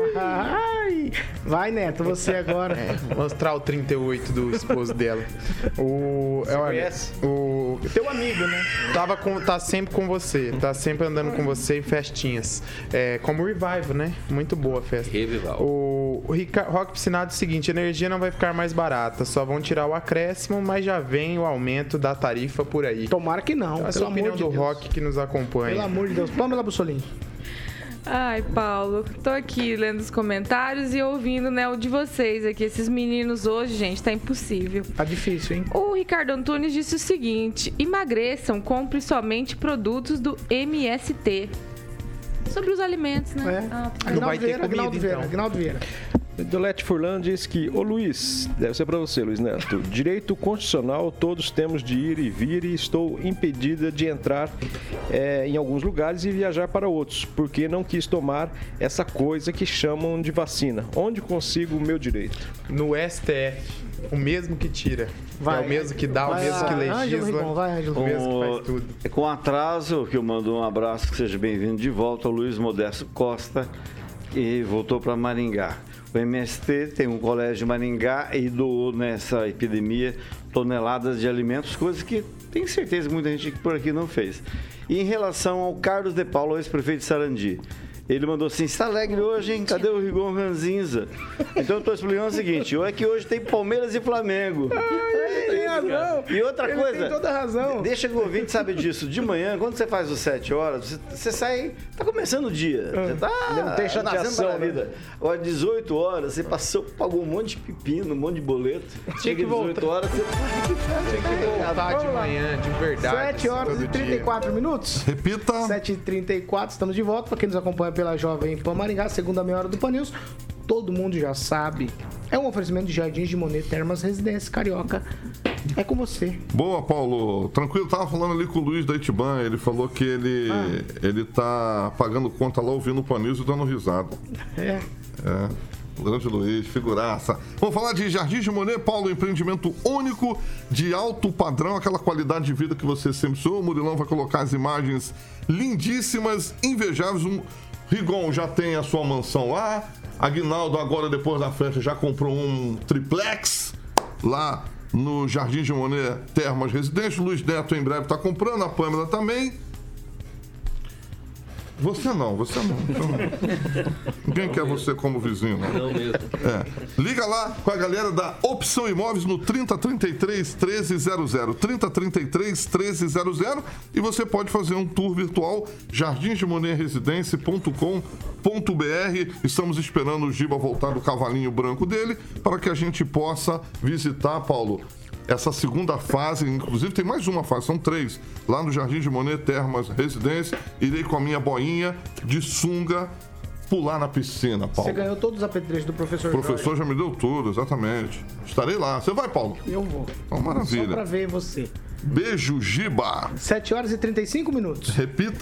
Ai, vai, Neto, você agora. Mostrar o 38 do esposo dela. Você conhece? O teu amigo, né? Tá sempre com você, tá sempre andando com você em festinhas. Como o Revival, né? Muito boa a festa. Revival. O Rock Piscinado é o seguinte: a energia não vai ficar mais barata, só vão tirar o acréscimo, mas já vem o aumento da tarifa por aí. Tomara que não. Essa é a opinião do Rock que nos acompanha. Pelo amor de Deus. Pamela Bussolini. Ai, Paulo, tô aqui lendo os comentários e ouvindo, né, o de vocês aqui. Esses meninos hoje, gente, tá impossível. Tá difícil, hein? O Ricardo Antunes disse o seguinte: emagreçam, compre somente produtos do MST. Sobre os alimentos, né? Não vai ter comida, então. Aguinaldo Vieira. Dolete Furlan diz que, ô Luiz, deve ser para você, Luiz Neto, direito constitucional, todos temos de ir e vir e estou impedida de entrar em alguns lugares e viajar para outros, porque não quis tomar essa coisa que chamam de vacina. Onde consigo o meu direito? No STF. O mesmo que tira. Vai, é o mesmo que dá, o mesmo que legisla. O mesmo que faz tudo. Com atraso, que eu mando um abraço, que seja bem-vindo de volta ao Luiz Modesto Costa, que voltou para Maringá. O MST tem um colégio de Maringá e doou nessa epidemia toneladas de alimentos, coisas que tenho certeza que muita gente por aqui não fez. E em relação ao Carlos de Paulo, ex-prefeito de Sarandi, ele mandou assim: está alegre hoje, hein? Cadê o Rigon Ranzinza? Então eu estou explicando o seguinte: ou é que hoje tem Palmeiras e Flamengo. Tem razão. E outra coisa, tem toda a razão. Deixa que o ouvinte sabe disso. De manhã, quando você faz os 7 horas, você sai, tá começando o dia. Você tá não tem chateação, na vida. Agora, 18 horas, você pagou um monte de pepino, um monte de boleto. Chega 18 horas, você tem que voltar de manhã, de verdade. 7 horas e 34 minutos. Repita. 7h34, estamos de volta. Para quem nos acompanha pela Jovem Pan Maringá, segunda meia hora do Pan News. Todo mundo já sabe. É um oferecimento de Jardins de Monet, Termas Residência Carioca. É com você. Boa, Paulo. Tranquilo, tava falando ali com o Luiz da Itiban. Ele falou que ele tá pagando conta lá, ouvindo o Pan News e dando risada. O grande Luiz, figuraça. Vamos falar de Jardim de Monet, Paulo, empreendimento único de alto padrão, aquela qualidade de vida que você sempre sonhou. O Murilão vai colocar as imagens lindíssimas, invejáveis. O Rigon já tem a sua mansão lá. Aguinaldo, agora depois da festa, já comprou um triplex lá no Jardim de Monet Termas Residência. Luiz Neto em breve está comprando, a Pâmela também. Você não. Ninguém quer você como vizinho. Não mesmo. Liga lá com a galera da Opção Imóveis no 3033-1300. 3033-1300 e você pode fazer um tour virtual jardimdemonetresidencia.com.br. Estamos esperando o Giba voltar do cavalinho branco dele para que a gente possa visitar, Paulo, essa segunda fase. Inclusive tem mais uma fase, são 3, lá no Jardim de Monet Termas Residência. Irei com a minha boinha de sunga pular na piscina, Paulo. Você ganhou todos os apetrechos do professor Jorge. O professor já me deu tudo, exatamente. Estarei lá. Você vai, Paulo? Eu vou. Oh, maravilha. Só pra ver você. Beijo, Giba. 7h35. Repita.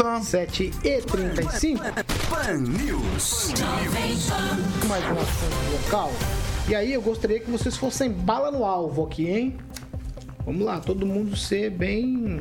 7h35. Pan News. Mais um assunto local. E aí eu gostaria que vocês fossem bala no alvo aqui, hein? Vamos lá, todo mundo ser bem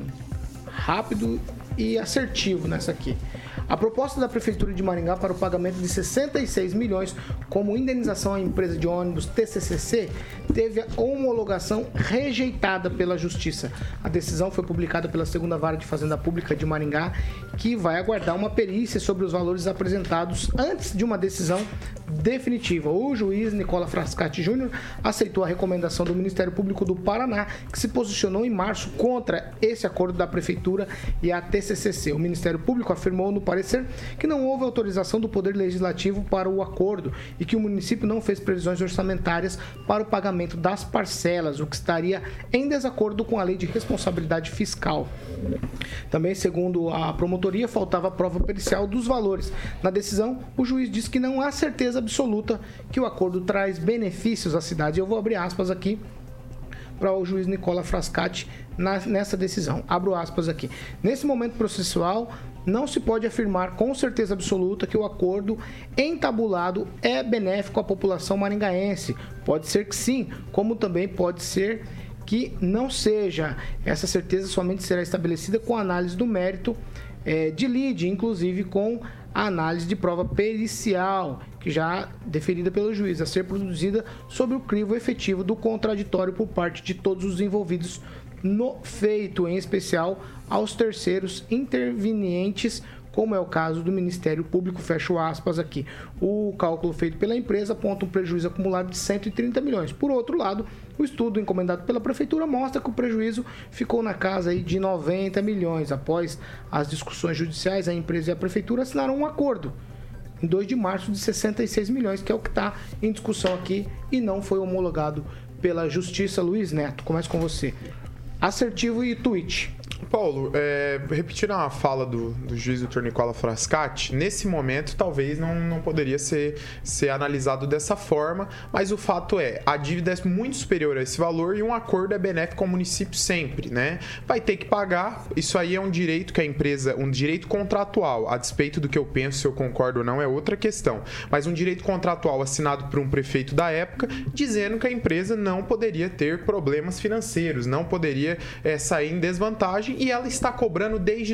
rápido e assertivo nessa aqui. A proposta da Prefeitura de Maringá para o pagamento de 66 milhões como indenização à empresa de ônibus TCCC teve a homologação rejeitada pela Justiça. A decisão foi publicada pela 2ª Vara de Fazenda Pública de Maringá, que vai aguardar uma perícia sobre os valores apresentados antes de uma decisão definitiva. O juiz Nicola Frascati Júnior aceitou a recomendação do Ministério Público do Paraná, que se posicionou em março contra esse acordo da Prefeitura e a TCCC. O Ministério Público afirmou no parecer que não houve autorização do Poder Legislativo para o acordo e que o município não fez previsões orçamentárias para o pagamento das parcelas, o que estaria em desacordo com a Lei de Responsabilidade Fiscal. Também, segundo a promotoria, faltava prova pericial dos valores. Na decisão, o juiz disse que não há certeza absoluta que o acordo traz benefícios à cidade. Eu vou abrir aspas aqui para o juiz Nicola Frascati nessa decisão. Abro aspas aqui. Nesse momento processual, não se pode afirmar com certeza absoluta que o acordo entabulado é benéfico à população maringaense. Pode ser que sim, como também pode ser que não seja. Essa certeza somente será estabelecida com a análise do mérito de lide, inclusive com a análise de prova pericial, que já deferida pelo juiz, a ser produzida sobre o crivo efetivo do contraditório por parte de todos os envolvidos no feito, em especial aos terceiros intervenientes, como é o caso do Ministério Público, fecho aspas aqui. O cálculo feito pela empresa aponta um prejuízo acumulado de 130 milhões. Por outro lado, o estudo encomendado pela Prefeitura mostra que o prejuízo ficou na casa aí de 90 milhões. Após as discussões judiciais, a empresa e a Prefeitura assinaram um acordo em 2 de março de 66 milhões, que é o que está em discussão aqui e não foi homologado pela Justiça. Luiz Neto, começo com você. Assertivo e tweet. Paulo, repetindo a fala do juiz Dr. Nicola Frascati, nesse momento talvez não poderia ser analisado dessa forma, mas o fato é, a dívida é muito superior a esse valor e um acordo é benéfico ao município sempre, né? Vai ter que pagar, isso aí é um direito que a empresa, um direito contratual, a despeito do que eu penso, se eu concordo ou não, é outra questão, mas um direito contratual assinado por um prefeito da época, dizendo que a empresa não poderia ter problemas financeiros, não poderia sair em desvantagem, e ela está cobrando desde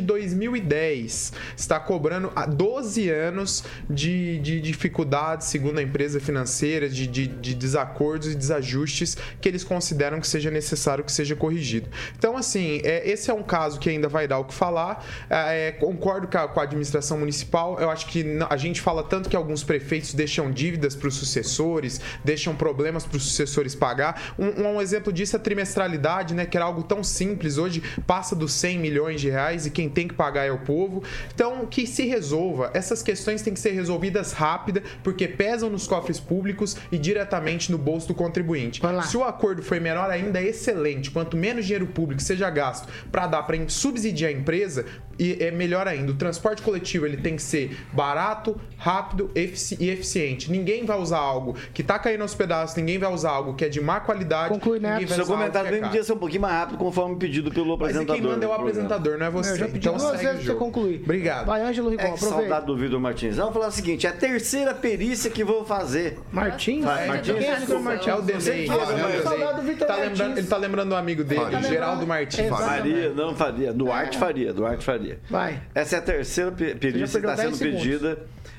2010. Está cobrando há 12 anos de dificuldades, segundo a empresa financeira, de desacordos e desajustes que eles consideram que seja necessário que seja corrigido. Então, assim, esse é um caso que ainda vai dar o que falar. Concordo com a administração municipal. Eu acho que a gente fala tanto que alguns prefeitos deixam dívidas para os sucessores, deixam problemas para os sucessores pagar. Um exemplo disso é a trimestralidade, né, que era algo tão simples. Hoje passa dos 100 milhões de reais e quem tem que pagar é o povo. Então, que se resolva. Essas questões têm que ser resolvidas rápida, porque pesam nos cofres públicos e diretamente no bolso do contribuinte. Se o acordo foi menor ainda, é excelente. Quanto menos dinheiro público seja gasto para dar para subsidiar a empresa, é melhor ainda. O transporte coletivo ele tem que ser barato, rápido e eficiente. Ninguém vai usar algo que está caindo aos pedaços, ninguém vai usar algo que é de má qualidade. Conclui, né? Seu comentário também podia ser um pouquinho mais rápido, conforme pedido pelo apresentador. manda é o apresentador, não é você. Eu já pedi então duas vezes pra você concluir. Obrigado. Vai, Ângelo Rigon, aproveita. Saudade do Vitor Martins. Vamos falar o seguinte, é a terceira perícia que vou fazer. Martins? Martins? Quem é o Vitor Martins? É o Denei. Saudade do Vitor Martins. Ele tá lembrando do amigo dele, Geraldo Martins. Faria. Duarte Faria. Vai. Essa é a terceira perícia que está sendo pedida.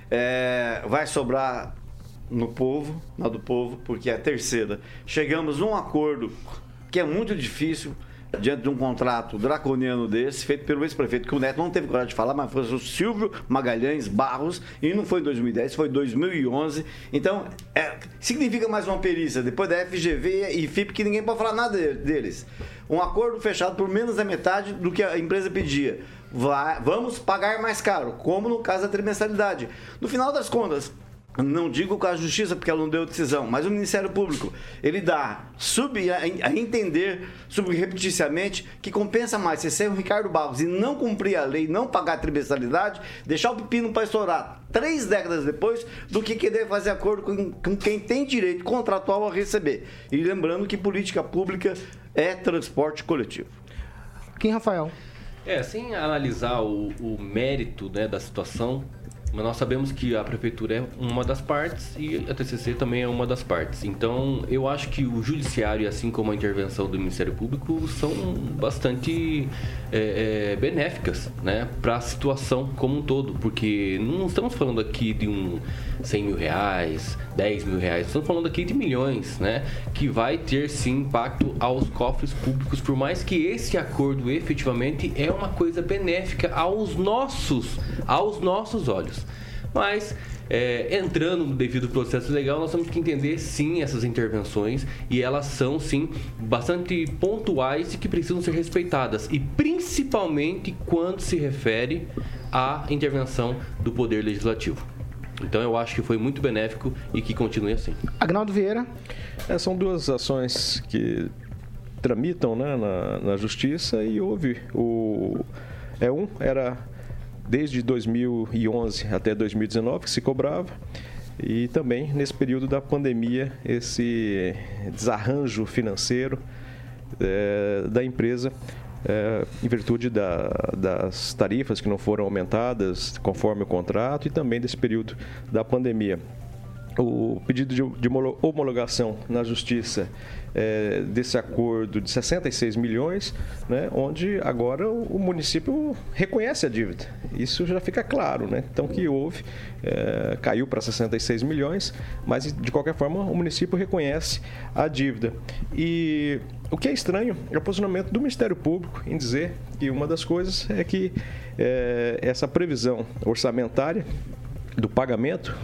Vai sobrar no povo, na do povo, porque é a terceira. Chegamos num acordo que é muito difícil diante de um contrato draconiano desse, feito pelo ex-prefeito, que o Neto não teve coragem de falar, mas foi o Silvio Magalhães Barros, e não foi em 2010, foi em 2011. Então, significa mais uma perícia, depois da FGV e FIP, que ninguém pode falar nada deles. Um acordo fechado por menos da metade do que a empresa pedia. Vamos pagar mais caro, como no caso da trimestralidade. No final das contas, não digo com a justiça porque ela não deu decisão, mas o Ministério Público, ele dá a entender subrepeticiamente que compensa mais você ser o Ricardo Barros e não cumprir a lei, não pagar a trimestralidade, deixar o pepino para estourar 3 décadas depois, do que querer fazer acordo com quem tem direito contratual a receber. E lembrando que política pública é transporte coletivo. Quem, Rafael? Sem analisar o mérito, né, da situação, mas nós sabemos que a prefeitura é uma das partes e a TCC também é uma das partes. Então, eu acho que o judiciário, assim como a intervenção do Ministério Público, são bastante benéficas, né, para a situação como um todo. Porque não estamos falando aqui de 100 mil reais, 10 mil reais, estamos falando aqui de milhões, né, que vai ter sim impacto aos cofres públicos, por mais que esse acordo efetivamente é uma coisa benéfica aos nossos olhos. Mas, entrando no devido processo legal, nós temos que entender, sim, essas intervenções, e elas são, sim, bastante pontuais e que precisam ser respeitadas, e principalmente quando se refere à intervenção do Poder Legislativo. Então, eu acho que foi muito benéfico e que continue assim. Agnaldo Vieira. São duas ações que tramitam, né, na Justiça, e houve era desde 2011 até 2019 que se cobrava, e também nesse período da pandemia esse desarranjo financeiro da empresa em virtude das tarifas que não foram aumentadas conforme o contrato, e também desse período da pandemia. O pedido de homologação na Justiça desse acordo de 66 milhões, né, onde agora o município reconhece a dívida. Isso já fica claro, né? Então, que houve, caiu para 66 milhões, mas de qualquer forma o município reconhece a dívida. E o que é estranho é o posicionamento do Ministério Público em dizer que uma das coisas é que essa previsão orçamentária do pagamento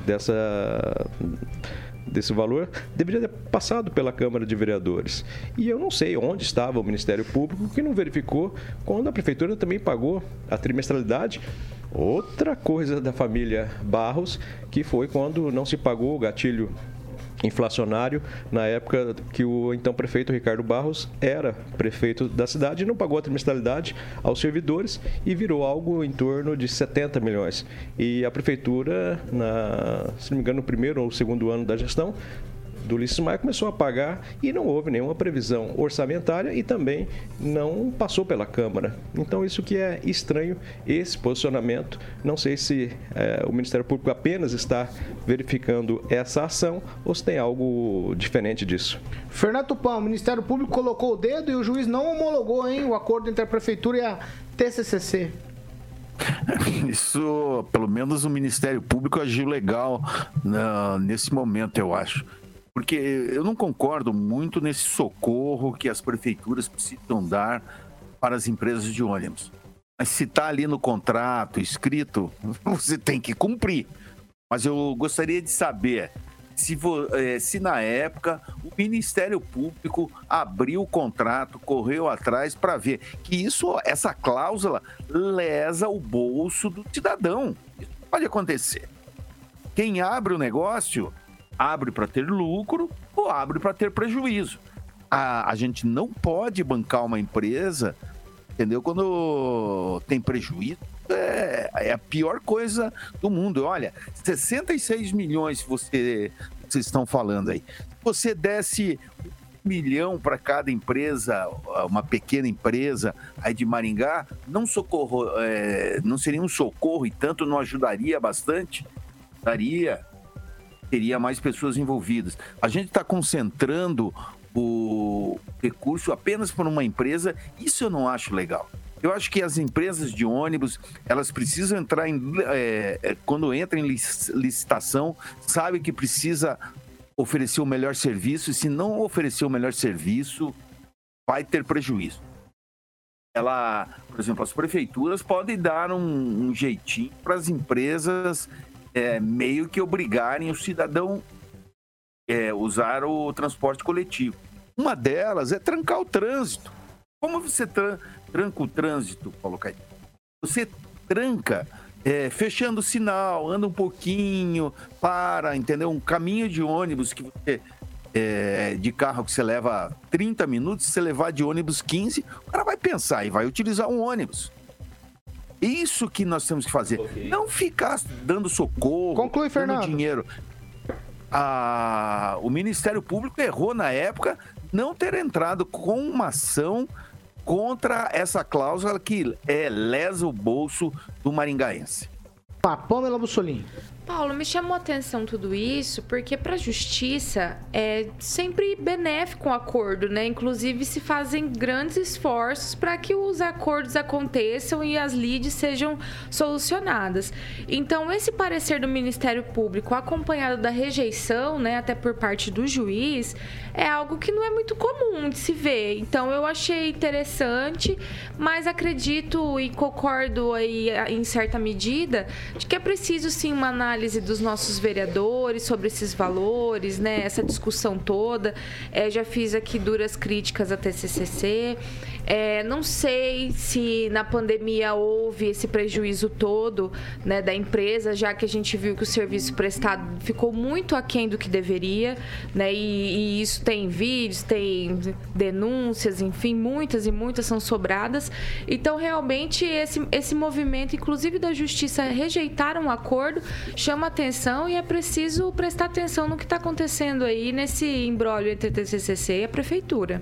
desse valor deveria ter passado pela Câmara de Vereadores. E eu não sei onde estava o Ministério Público que não verificou quando a Prefeitura também pagou a trimestralidade. Outra coisa da família Barros, que foi quando não se pagou o gatilho inflacionário na época que o então prefeito Ricardo Barros era prefeito da cidade, e não pagou a trimestralidade aos servidores e virou algo em torno de 70 milhões. E a prefeitura, se não me engano, no primeiro ou segundo ano da gestão do Ulisses Maia, começou a pagar e não houve nenhuma previsão orçamentária e também não passou pela Câmara. Então, isso que é estranho, esse posicionamento. Não sei se o Ministério Público apenas está verificando essa ação ou se tem algo diferente disso. Fernando Tupan, o Ministério Público colocou o dedo e o juiz não homologou, o acordo entre a Prefeitura e a TCCC. Isso, pelo menos o Ministério Público agiu legal nesse momento, eu acho. Porque eu não concordo muito nesse socorro que as prefeituras precisam dar para as empresas de ônibus. Mas se está ali no contrato escrito, você tem que cumprir. Mas eu gostaria de saber se na época o Ministério Público abriu o contrato, correu atrás para ver que essa cláusula lesa o bolso do cidadão. Isso pode acontecer. Quem abre o negócio abre para ter lucro ou abre para ter prejuízo. A gente não pode bancar uma empresa, entendeu? Quando tem prejuízo, é a pior coisa do mundo. Olha, 66 milhões vocês estão falando aí. Se você desse milhão para cada empresa, uma pequena empresa aí de Maringá, não seria um socorro e tanto não ajudaria bastante? Teria mais pessoas envolvidas. A gente está concentrando o recurso apenas para uma empresa, isso eu não acho legal. Eu acho que as empresas de ônibus, elas precisam entrar quando entra em licitação, sabe que precisa oferecer o melhor serviço, e se não oferecer o melhor serviço, vai ter prejuízo. Por exemplo, as prefeituras podem dar um jeitinho para as empresas meio que obrigarem o cidadão a usar o transporte coletivo. Uma delas é trancar o trânsito. Como você tranca o trânsito, Paulo Caetano? Você tranca fechando o sinal, anda um pouquinho, entendeu? Um caminho de ônibus que você... de carro que você leva 30 minutos, se você levar de ônibus 15, o cara vai pensar e vai utilizar um ônibus. Isso que nós temos que fazer. Okay. Não ficar dando socorro, conclui, Fernando. Dando dinheiro. O Ministério Público errou na época não ter entrado com uma ação contra essa cláusula que lesa o bolso do maringaense. Pamela Bussolini. Paulo, me chamou a atenção tudo isso porque para a justiça é sempre benéfico um acordo, né? Inclusive se fazem grandes esforços para que os acordos aconteçam e as lides sejam solucionadas. Então, esse parecer do Ministério Público acompanhado da rejeição, né, até por parte do juiz, é algo que não é muito comum de se ver. Então, eu achei interessante, mas acredito e concordo aí em certa medida de que é preciso sim uma análise dos nossos vereadores sobre esses valores, né? Essa discussão toda. Já fiz aqui duras críticas à TCCC. Não sei se na pandemia houve esse prejuízo todo, né, da empresa, já que a gente viu que o serviço prestado ficou muito aquém do que deveria, né? E isso tem vídeos, tem denúncias, enfim, muitas e muitas são sobradas. Então, realmente, esse movimento, inclusive da Justiça, rejeitar um acordo, chama atenção e é preciso prestar atenção no que está acontecendo aí nesse imbróglio entre a TCCC e a Prefeitura.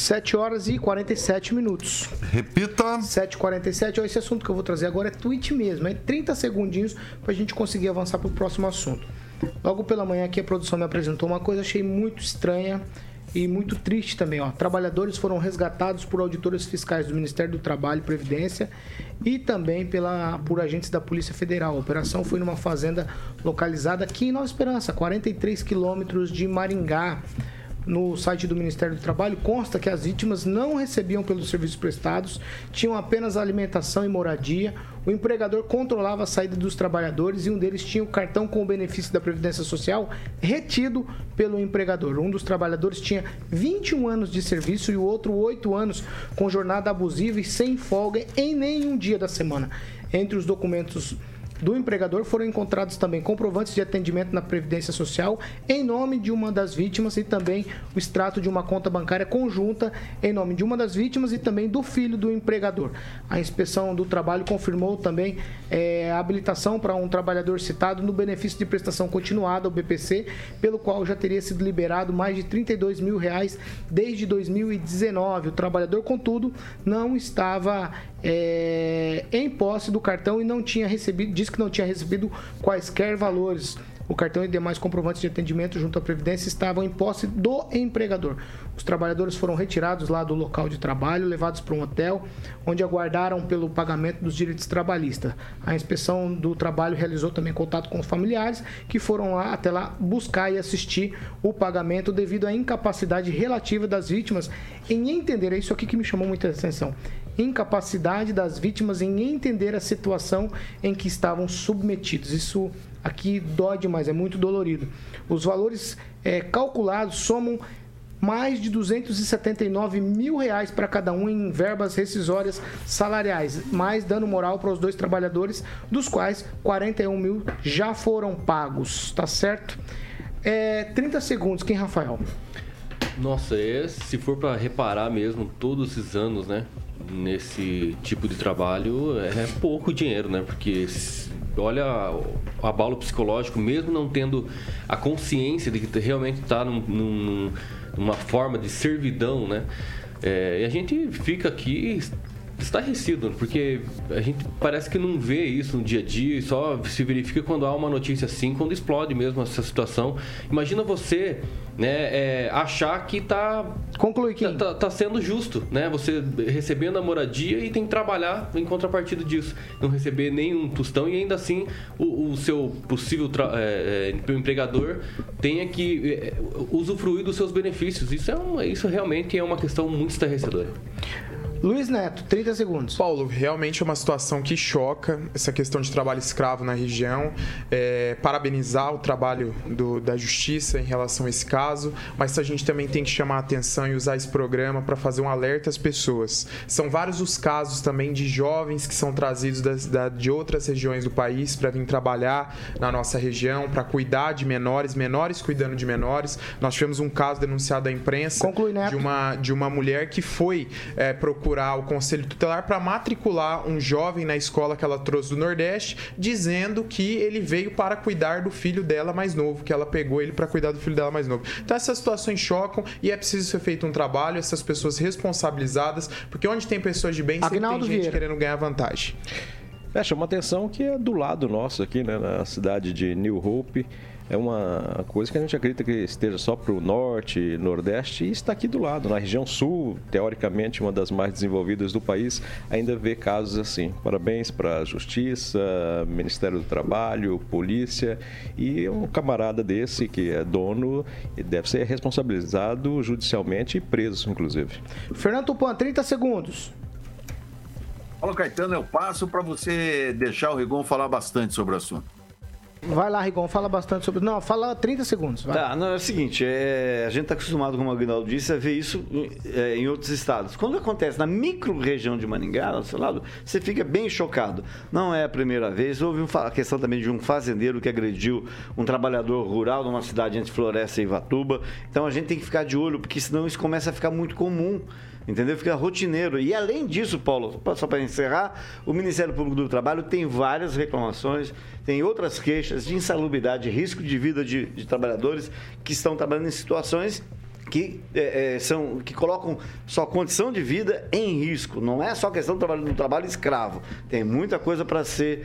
7h47. Repita. 7h47. Esse assunto que eu vou trazer agora é tweet mesmo. 30 segundinhos pra gente conseguir avançar pro próximo assunto. Logo pela manhã aqui a produção me apresentou uma coisa, achei muito estranha e muito triste também. Trabalhadores foram resgatados por auditores fiscais do Ministério do Trabalho e Previdência e também por agentes da Polícia Federal. A operação foi numa fazenda localizada aqui em Nova Esperança, 43 quilômetros de Maringá. No site do Ministério do Trabalho consta que as vítimas não recebiam pelos serviços prestados, tinham apenas alimentação e moradia. O empregador controlava a saída dos trabalhadores e um deles tinha o cartão com o benefício da Previdência Social retido pelo empregador. Um dos trabalhadores tinha 21 anos de serviço e o outro 8 anos com jornada abusiva e sem folga em nenhum dia da semana. Entre os documentos do empregador foram encontrados também comprovantes de atendimento na Previdência Social em nome de uma das vítimas e também o extrato de uma conta bancária conjunta em nome de uma das vítimas e também do filho do empregador. A Inspeção do Trabalho confirmou também a habilitação para um trabalhador citado no benefício de prestação continuada, o BPC, pelo qual já teria sido liberado mais de R$32 mil desde 2019. O trabalhador, contudo, não estava em posse do cartão e não tinha recebido, disse que não tinha recebido quaisquer valores. O cartão e demais comprovantes de atendimento junto à Previdência estavam em posse do empregador. Os trabalhadores foram retirados lá do local de trabalho, levados para um hotel, onde aguardaram pelo pagamento dos direitos trabalhistas. A Inspeção do Trabalho realizou também contato com os familiares, que foram até lá buscar e assistir o pagamento devido à incapacidade relativa das vítimas em entender, é isso aqui que me chamou muita atenção, incapacidade das vítimas em entender a situação em que estavam submetidos. Isso aqui dói demais, é muito dolorido. Os valores calculados somam mais de R$279 mil para cada um em verbas rescisórias salariais, mais dano moral para os dois trabalhadores, dos quais 41 mil já foram pagos, tá certo? 30 segundos, quem, Rafael? Nossa, se for para reparar mesmo todos esses anos, né, nesse tipo de trabalho, é pouco dinheiro, né? Porque olha o abalo psicológico, mesmo não tendo a consciência de que realmente está uma forma de servidão, né? E a gente fica aqui estarrecido, porque a gente parece que não vê isso no dia a dia e só se verifica quando há uma notícia assim, quando explode mesmo essa situação. Imagina você, né, achar que tá sendo justo, né? Você recebendo a moradia e tem que trabalhar em contrapartida disso, não receber nenhum tostão e ainda assim o seu possível empregador tenha que usufruir dos seus benefícios. Isso realmente é uma questão muito estarrecedora. Luiz Neto, 30 segundos. Paulo, realmente é uma situação que choca, essa questão de trabalho escravo na região. Parabenizar o trabalho da Justiça em relação a esse caso, mas a gente também tem que chamar a atenção e usar esse programa para fazer um alerta às pessoas. São vários os casos também de jovens que são trazidos de outras regiões do país para vir trabalhar na nossa região, para cuidar de menores cuidando de menores. Nós tivemos um caso denunciado à imprensa. Conclui, Neto. de uma mulher que foi procurar o Conselho Tutelar para matricular um jovem na escola que ela trouxe do Nordeste, dizendo que ele veio para cuidar do filho dela mais novo, que ela pegou ele para cuidar do filho dela mais novo. Então essas situações chocam e é preciso ser feito um trabalho, essas pessoas responsabilizadas, porque onde tem pessoas de bem, sempre tem gente querendo ganhar vantagem. Chama atenção que é do lado nosso aqui, né, na cidade de New Hope. É uma coisa que a gente acredita que esteja só para o norte, nordeste, e está aqui do lado. Na região sul, teoricamente uma das mais desenvolvidas do país, ainda vê casos assim. Parabéns para a Justiça, Ministério do Trabalho, Polícia, e um camarada desse que é dono e deve ser responsabilizado judicialmente e preso, inclusive. Fernando Tupan, 30 segundos. Paulo Caetano, eu passo para você deixar o Rigon falar bastante sobre o assunto. Vai lá, Rigon, fala bastante sobre... Não, fala 30 segundos. Vai. Tá, não, é o seguinte, a gente está acostumado, como o Aguinaldo disse, a ver isso em outros estados. Quando acontece na micro-região de Maringá, ao seu lado, você fica bem chocado. Não é a primeira vez. Houve a questão também de um fazendeiro que agrediu um trabalhador rural numa cidade entre Floresta e Ivatuba. Então a gente tem que ficar de olho, porque senão isso começa a ficar muito comum. Entendeu? Fica rotineiro. E além disso, Paulo, só para encerrar, o Ministério Público do Trabalho tem várias reclamações, tem outras queixas de insalubridade, risco de vida de trabalhadores que estão trabalhando em situações que colocam sua condição de vida em risco. Não é só questão do trabalho escravo. Tem muita coisa para ser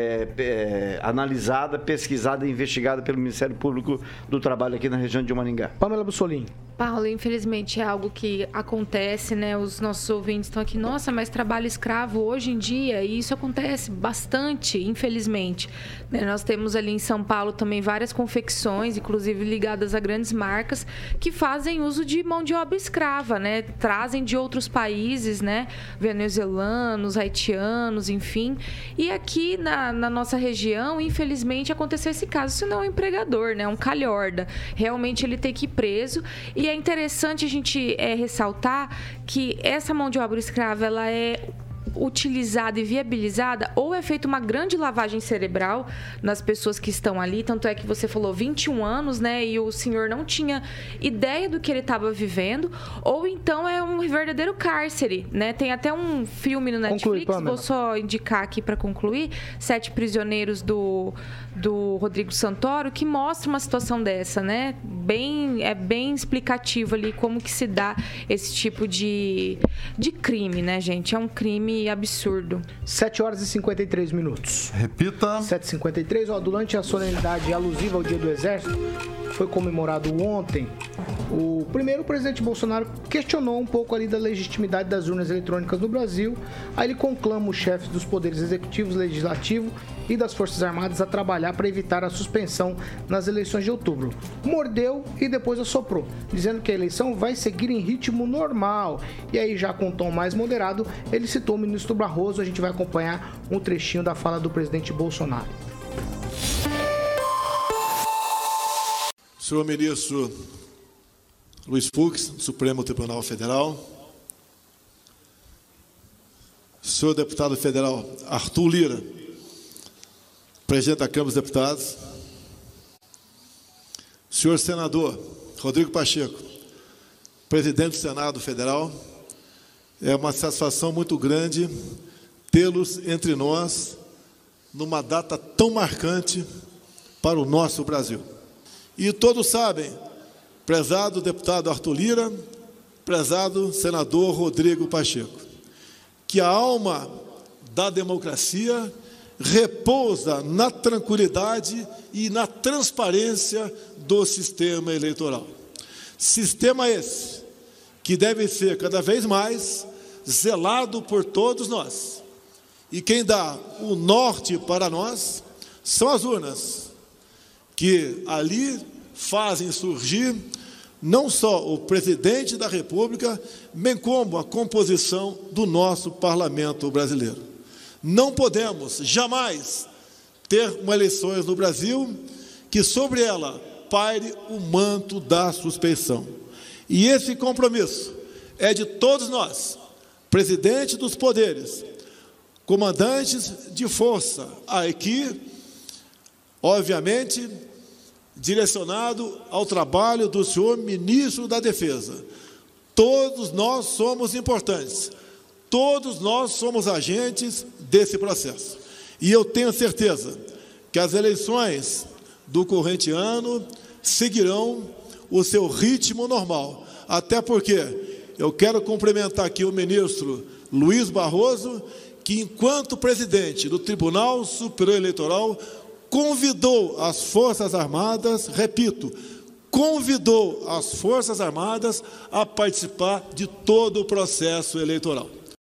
analisada, pesquisada e investigada pelo Ministério Público do Trabalho aqui na região de Maringá. Pamela Bussolini. Paulo, infelizmente é algo que acontece, né? Os nossos ouvintes estão aqui, nossa, mas trabalho escravo hoje em dia, e isso acontece bastante, infelizmente. Nós temos ali em São Paulo também várias confecções, inclusive ligadas a grandes marcas, que fazem uso de mão de obra escrava, né? Trazem de outros países, né? Venezuelanos, haitianos, enfim. E aqui na nossa região, infelizmente, aconteceu esse caso. Isso não é um empregador, né? É um calhorda. Realmente ele tem que ir preso. E é interessante a gente ressaltar que essa mão de obra escrava, ela é utilizada e viabilizada, ou é feita uma grande lavagem cerebral nas pessoas que estão ali, tanto é que você falou 21 anos, né, e o senhor não tinha ideia do que ele estava vivendo, ou então é um verdadeiro cárcere, né? Tem até um filme no Netflix, vou só indicar aqui para concluir, 7 Prisioneiros do Rodrigo Santoro, que mostra uma situação dessa, né? É bem explicativo ali como que se dá esse tipo de crime, né, gente? É um crime absurdo. 7 horas e 53 minutos. Repita. 7h53. Durante a solenidade alusiva ao Dia do Exército, foi comemorado ontem, o presidente Bolsonaro questionou um pouco ali da legitimidade das urnas eletrônicas no Brasil. Aí ele conclama os chefes dos poderes executivo, legislativo e das Forças Armadas a trabalhar para evitar a suspensão nas eleições de outubro. Mordeu e depois assoprou, dizendo que a eleição vai seguir em ritmo normal. E aí, já com um tom mais moderado, ele citou o ministro Barroso. A gente vai acompanhar um trechinho da fala do presidente Bolsonaro. Senhor ministro Luiz Fux, do Supremo Tribunal Federal. Senhor deputado federal Arthur Lira, presidente da Câmara dos Deputados. Senhor senador Rodrigo Pacheco, presidente do Senado Federal. É uma satisfação muito grande tê-los entre nós numa data tão marcante para o nosso Brasil. E todos sabem prezado deputado Arthur Lira, prezado senador Rodrigo Pacheco, que a alma da democracia repousa na tranquilidade e na transparência do sistema eleitoral. Sistema esse que deve ser cada vez mais zelado por todos nós. E quem dá o norte para nós são as urnas, que ali fazem surgir não só o presidente da República, bem como a composição do nosso parlamento brasileiro. Não podemos jamais ter uma eleições no Brasil que sobre ela paire o manto da suspeição. E esse compromisso é de todos nós, presidente dos poderes, comandantes de força, aqui, obviamente, direcionado ao trabalho do senhor ministro da Defesa. Todos nós somos importantes, todos nós somos agentes desse processo. E eu tenho certeza que as eleições do corrente ano seguirão o seu ritmo normal. Até porque eu quero cumprimentar aqui o ministro Luiz Barroso, que, enquanto presidente do Tribunal Superior Eleitoral, convidou as Forças Armadas, repito, convidou as Forças Armadas a participar de todo o processo eleitoral.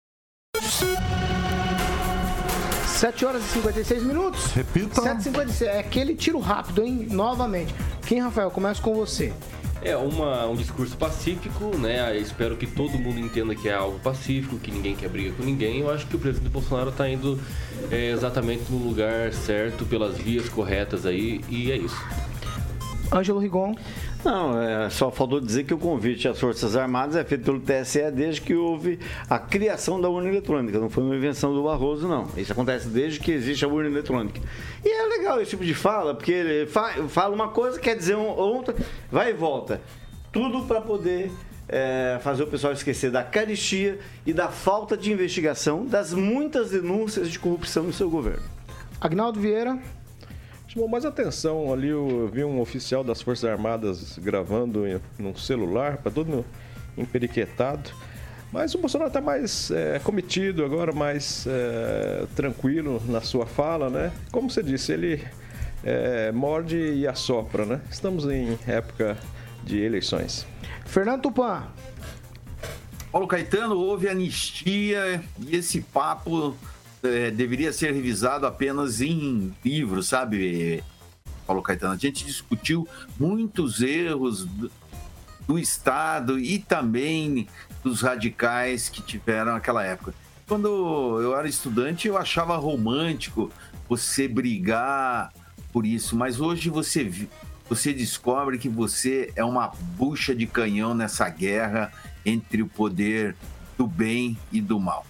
7 horas e 56 minutos. Repita. 7h56. É aquele tiro rápido, hein? Novamente. Quem, Rafael? Começa com você. É um discurso pacífico, né? Eu espero que todo mundo entenda que é algo pacífico, que ninguém quer briga com ninguém. Eu acho que o presidente Bolsonaro está indo exatamente no lugar certo, pelas vias corretas aí, e é isso. Ângelo Rigon. Não, só faltou dizer que o convite às Forças Armadas é feito pelo TSE desde que houve a criação da urna eletrônica. Não foi uma invenção do Barroso, não. Isso acontece desde que existe a urna eletrônica. E é legal esse tipo de fala, porque ele fala uma coisa, quer dizer outra, vai e volta. Tudo para poder fazer o pessoal esquecer da carestia e da falta de investigação das muitas denúncias de corrupção no seu governo. Agnaldo Vieira. Chamou mais atenção ali, eu vi um oficial das Forças Armadas gravando num celular, para todo emperiquetado. Mas o Bolsonaro está mais cometido agora, mais tranquilo na sua fala, né? Como você disse, ele morde e assopra, né? Estamos em época de eleições. Fernando Tupan. Paulo Caetano, houve anistia e esse papo deveria ser revisado apenas em livros, sabe, Paulo Caetano? A gente discutiu muitos erros do Estado e também dos radicais que tiveram naquela época. Quando eu era estudante, eu achava romântico você brigar por isso, mas hoje você descobre que você é uma bucha de canhão nessa guerra entre o poder do bem e do mal.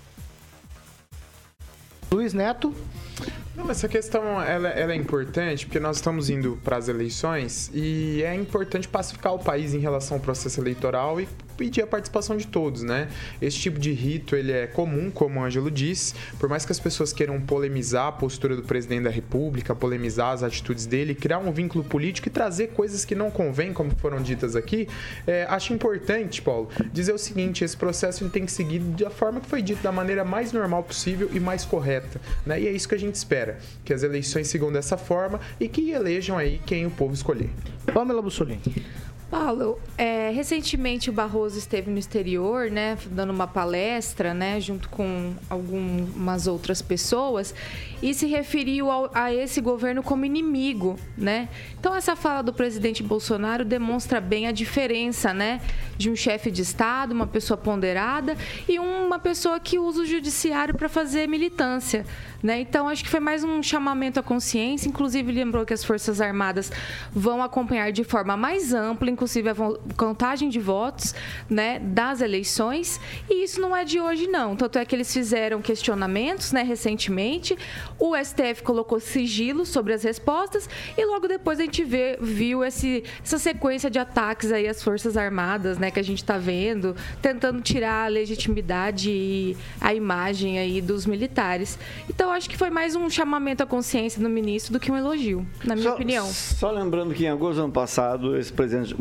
Luiz Neto. Não, mas essa questão ela é importante porque nós estamos indo para as eleições e é importante pacificar o país em relação ao processo eleitoral e pedir a participação de todos, né? Esse tipo de rito, ele é comum, como o Ângelo disse, por mais que as pessoas queiram polemizar a postura do presidente da República, polemizar as atitudes dele, criar um vínculo político e trazer coisas que não convêm, como foram ditas aqui, acho importante, Paulo, dizer o seguinte, esse processo ele tem que seguir da forma que foi dito, da maneira mais normal possível e mais correta, né? E é isso que a gente espera, que as eleições sigam dessa forma e que elejam aí quem o povo escolher. Pamela Bussolini. Paulo, recentemente o Barroso esteve no exterior, né, dando uma palestra, né, junto com algumas outras pessoas e se referiu a esse governo como inimigo, né? Então essa fala do presidente Bolsonaro demonstra bem a diferença, né, de um chefe de Estado, uma pessoa ponderada e uma pessoa que usa o judiciário para fazer militância, né? Então acho que foi mais um chamamento à consciência, inclusive lembrou que as Forças Armadas vão acompanhar de forma mais ampla, inclusive a contagem de votos, né, das eleições, e isso não é de hoje não, tanto é que eles fizeram questionamentos, né, recentemente, o STF colocou sigilo sobre as respostas e logo depois a gente viu essa sequência de ataques aí às Forças Armadas, né, que a gente está vendo, tentando tirar a legitimidade e a imagem aí dos militares. Então acho que foi mais um chamamento à consciência do ministro do que um elogio, na minha opinião. Só lembrando que em agosto do ano passado, esse presidente,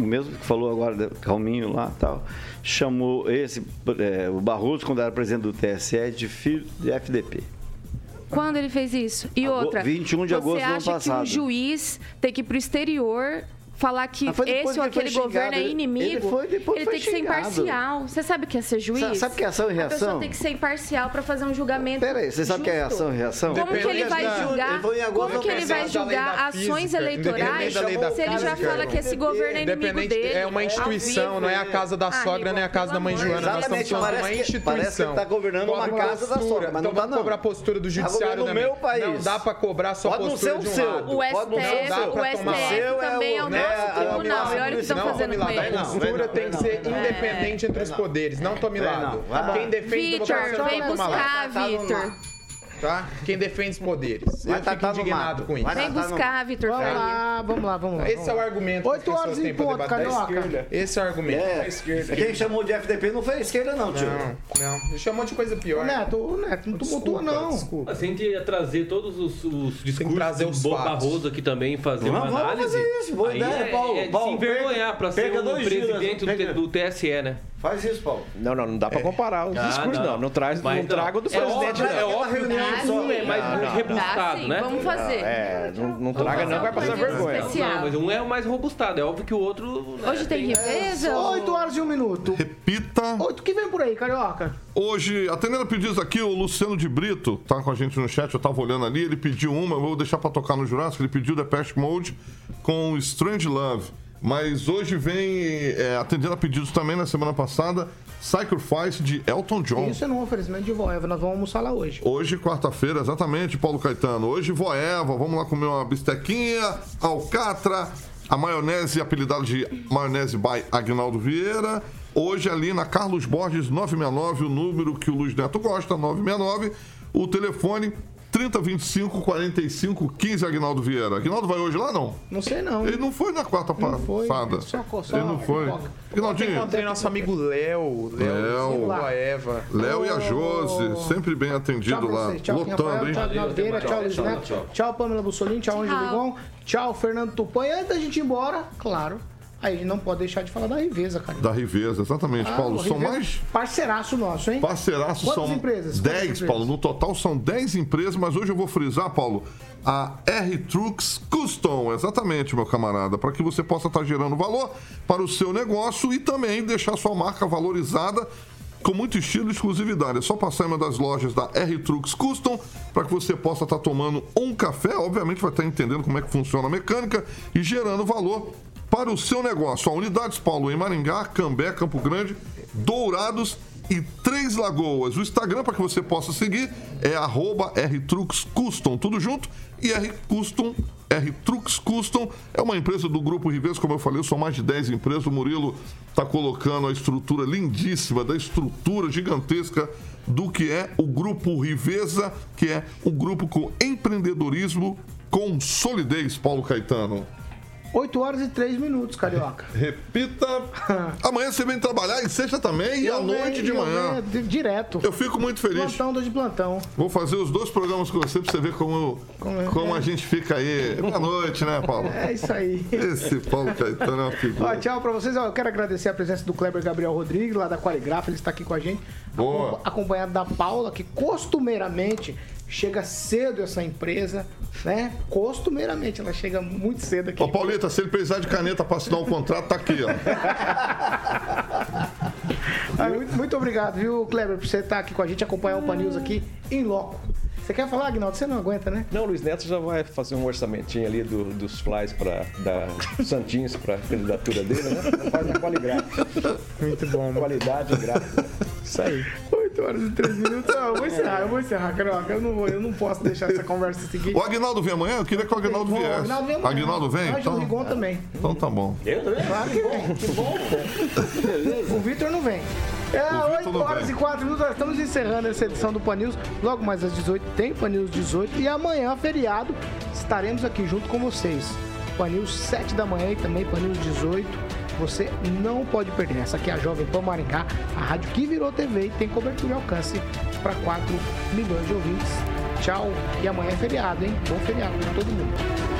mesmo que falou agora, Calminho lá e tal, chamou o Barroso, quando era presidente do TSE, de filho de FDP. Quando ele fez isso? E outra, 21 de agosto do ano passado. Você acha que um juiz tem que ir pro exterior falar que esse ou aquele governo é inimigo? Ele tem que ser imparcial. Você sabe o que é ser juiz? Sabe o que é ação e reação? A pessoa tem que ser imparcial para fazer um julgamento. Peraí, você sabe o que é ação e reação? Como que ele vai julgar? Como que ele vai julgar ações eleitorais se ele já fala que esse governo é inimigo dele? É uma instituição, não é a casa da sogra nem a casa da mãe Joana. Nós estamos falando de uma instituição. Parece que ele está governando uma casa da sogra, mas não dá não. Cobrar a postura do judiciário também. Não dá para cobrar só a postura de um lado. O STF também é o nosso tribunal. E olha o que estão fazendo com ele. A postura tem que ser independente entre os poderes. Não tome lado. Quem defende Vitor, vem buscar, Vitor. Tá? Quem defende os poderes. Eu fico indignado com isso. Vem buscar, Vitor. Vamos lá. Esse é o argumento. 8 horas em ponto, Carioca. Esse é o argumento. Quem chamou de FDP não foi a esquerda, não, tio. Não. Ele chamou de coisa pior. Neto, não tumultua, não. Desculpa. A gente ia trazer todos os discursos do Barroso aqui também, fazer uma análise. Vamos fazer isso. Boa ideia, Paulo. Se envergonhar para ser o presidente do TSE, né? Faz isso, Paulo. Não dá pra comparar os discursos, não. Não trago do presidente, não. É óbvio que é mais rebuscado, né? Vamos fazer. Não traga não, vai passar vergonha. Não, mas um é o mais robustado. É óbvio que o outro... Hoje tem reveza? 8 horas e 1 minuto. Repita. 8 que vem por aí, Carioca. Hoje, atendendo a pedidos aqui, o Luciano de Brito tá com a gente no chat, eu tava olhando ali, ele pediu uma, eu vou deixar pra tocar no Jurássico, ele pediu Depeche Mode com Strange Love. Mas hoje vem, atendendo a pedidos também na semana passada, Sacrifice de Elton John. Isso é um oferecimento de Voeva, nós vamos almoçar lá hoje. Hoje, quarta-feira, exatamente, Paulo Caetano. Hoje, Voeva, vamos lá comer uma bistequinha, alcatra, a maionese apelidada de maionese by Agnaldo Vieira. Hoje, ali na Carlos Borges 969, o número que o Luiz Neto gosta, 969, o telefone 3025-4515, Agnaldo Vieira. Agnaldo vai hoje lá, não? Não sei, não. Ele não foi na quarta passada. Ele não foi. Agnaldinho. Encontrei nosso amigo Léo a Eva. Léo e a Josi, sempre bem atendido lá. Tchau, lotando, hein? Tchau, Agnaldo Vieira. Tchau, Luiz Neto. Tchau, Pamela Bussolini. Tchau, Ângelo Ligon. Tchau, Fernando Tupan. E antes da gente ir embora, claro, aí a gente não pode deixar de falar da Riveza, cara. Da Riveza, exatamente, Paulo. São mais... Parceiraço nosso, hein? Parceiraço. Quantas são empresas? 10, Paulo. No total são 10 empresas, mas hoje eu vou frisar, Paulo, a R-Trucks Custom. Exatamente, meu camarada. Para que você possa estar gerando valor para o seu negócio e também deixar sua marca valorizada com muito estilo e exclusividade. É só passar em uma das lojas da R-Trucks Custom para que você possa estar tomando um café. Obviamente vai estar entendendo como é que funciona a mecânica e gerando valor para o seu negócio. A Unidades, Paulo, em Maringá, Cambé, Campo Grande, Dourados e Três Lagoas. O Instagram para que você possa seguir é @RTrucksCustom, tudo junto. E R-Trucks Custom é uma empresa do Grupo Riveza, como eu falei, são mais de 10 empresas. O Murilo está colocando a estrutura lindíssima, da estrutura gigantesca do que é o Grupo Riveza, que é um grupo com empreendedorismo com solidez, Paulo Caetano. 8 horas e 3 minutos, Carioca. Repita. Amanhã você vem trabalhar e sexta também, e à noite de manhã. Direto. Eu fico muito feliz. Plantão, tô de plantão. Vou fazer os 2 programas com você pra você ver como a gente fica aí. Boa noite, né, Paulo? É isso aí. Esse Paulo Caetano é uma figura. Tchau pra vocês. Eu quero agradecer a presença do Kleber Gabriel Rodrigues, lá da Qualigraf. Ele está aqui com a gente. Boa. Acompanhado da Paula, que costumeiramente chega cedo essa empresa, né? Costumeiramente, ela chega muito cedo aqui. Ô, Paulita, se ele precisar de caneta para assinar um contrato, tá aqui, ó. Muito obrigado, viu, Kleber, por você estar aqui com a gente, acompanhar o Pan News aqui em loco. Você quer falar, Agnaldo? Você não aguenta, né? Não, o Luiz Neto já vai fazer um orçamentinho ali dos flies da Santinhos para a candidatura dele, né? Faz na Qualigraf. Muito bom. Qualidade gráfica. Isso aí. 8 horas e 3 minutos. Eu vou encerrar, Carioca. Eu não posso deixar essa conversa seguir. O Agnaldo vem amanhã? Eu queria que o Agnaldo viesse. O Agnaldo vem? O Rigon também. Então tá bom. Eu também? Claro que vem. Que bom. O Vitor não vem. 8 horas e 4 minutos, nós estamos encerrando essa edição do Pan News. Logo mais às 18 tem Pan News 18 e amanhã, feriado, estaremos aqui junto com vocês. Pan News 7 da manhã e também Pan News 18. Você não pode perder. Essa aqui é a Jovem Pan Maringá, a rádio que virou TV e tem cobertura e alcance para 4 milhões de ouvintes. Tchau e amanhã é feriado, hein? Bom feriado para todo mundo.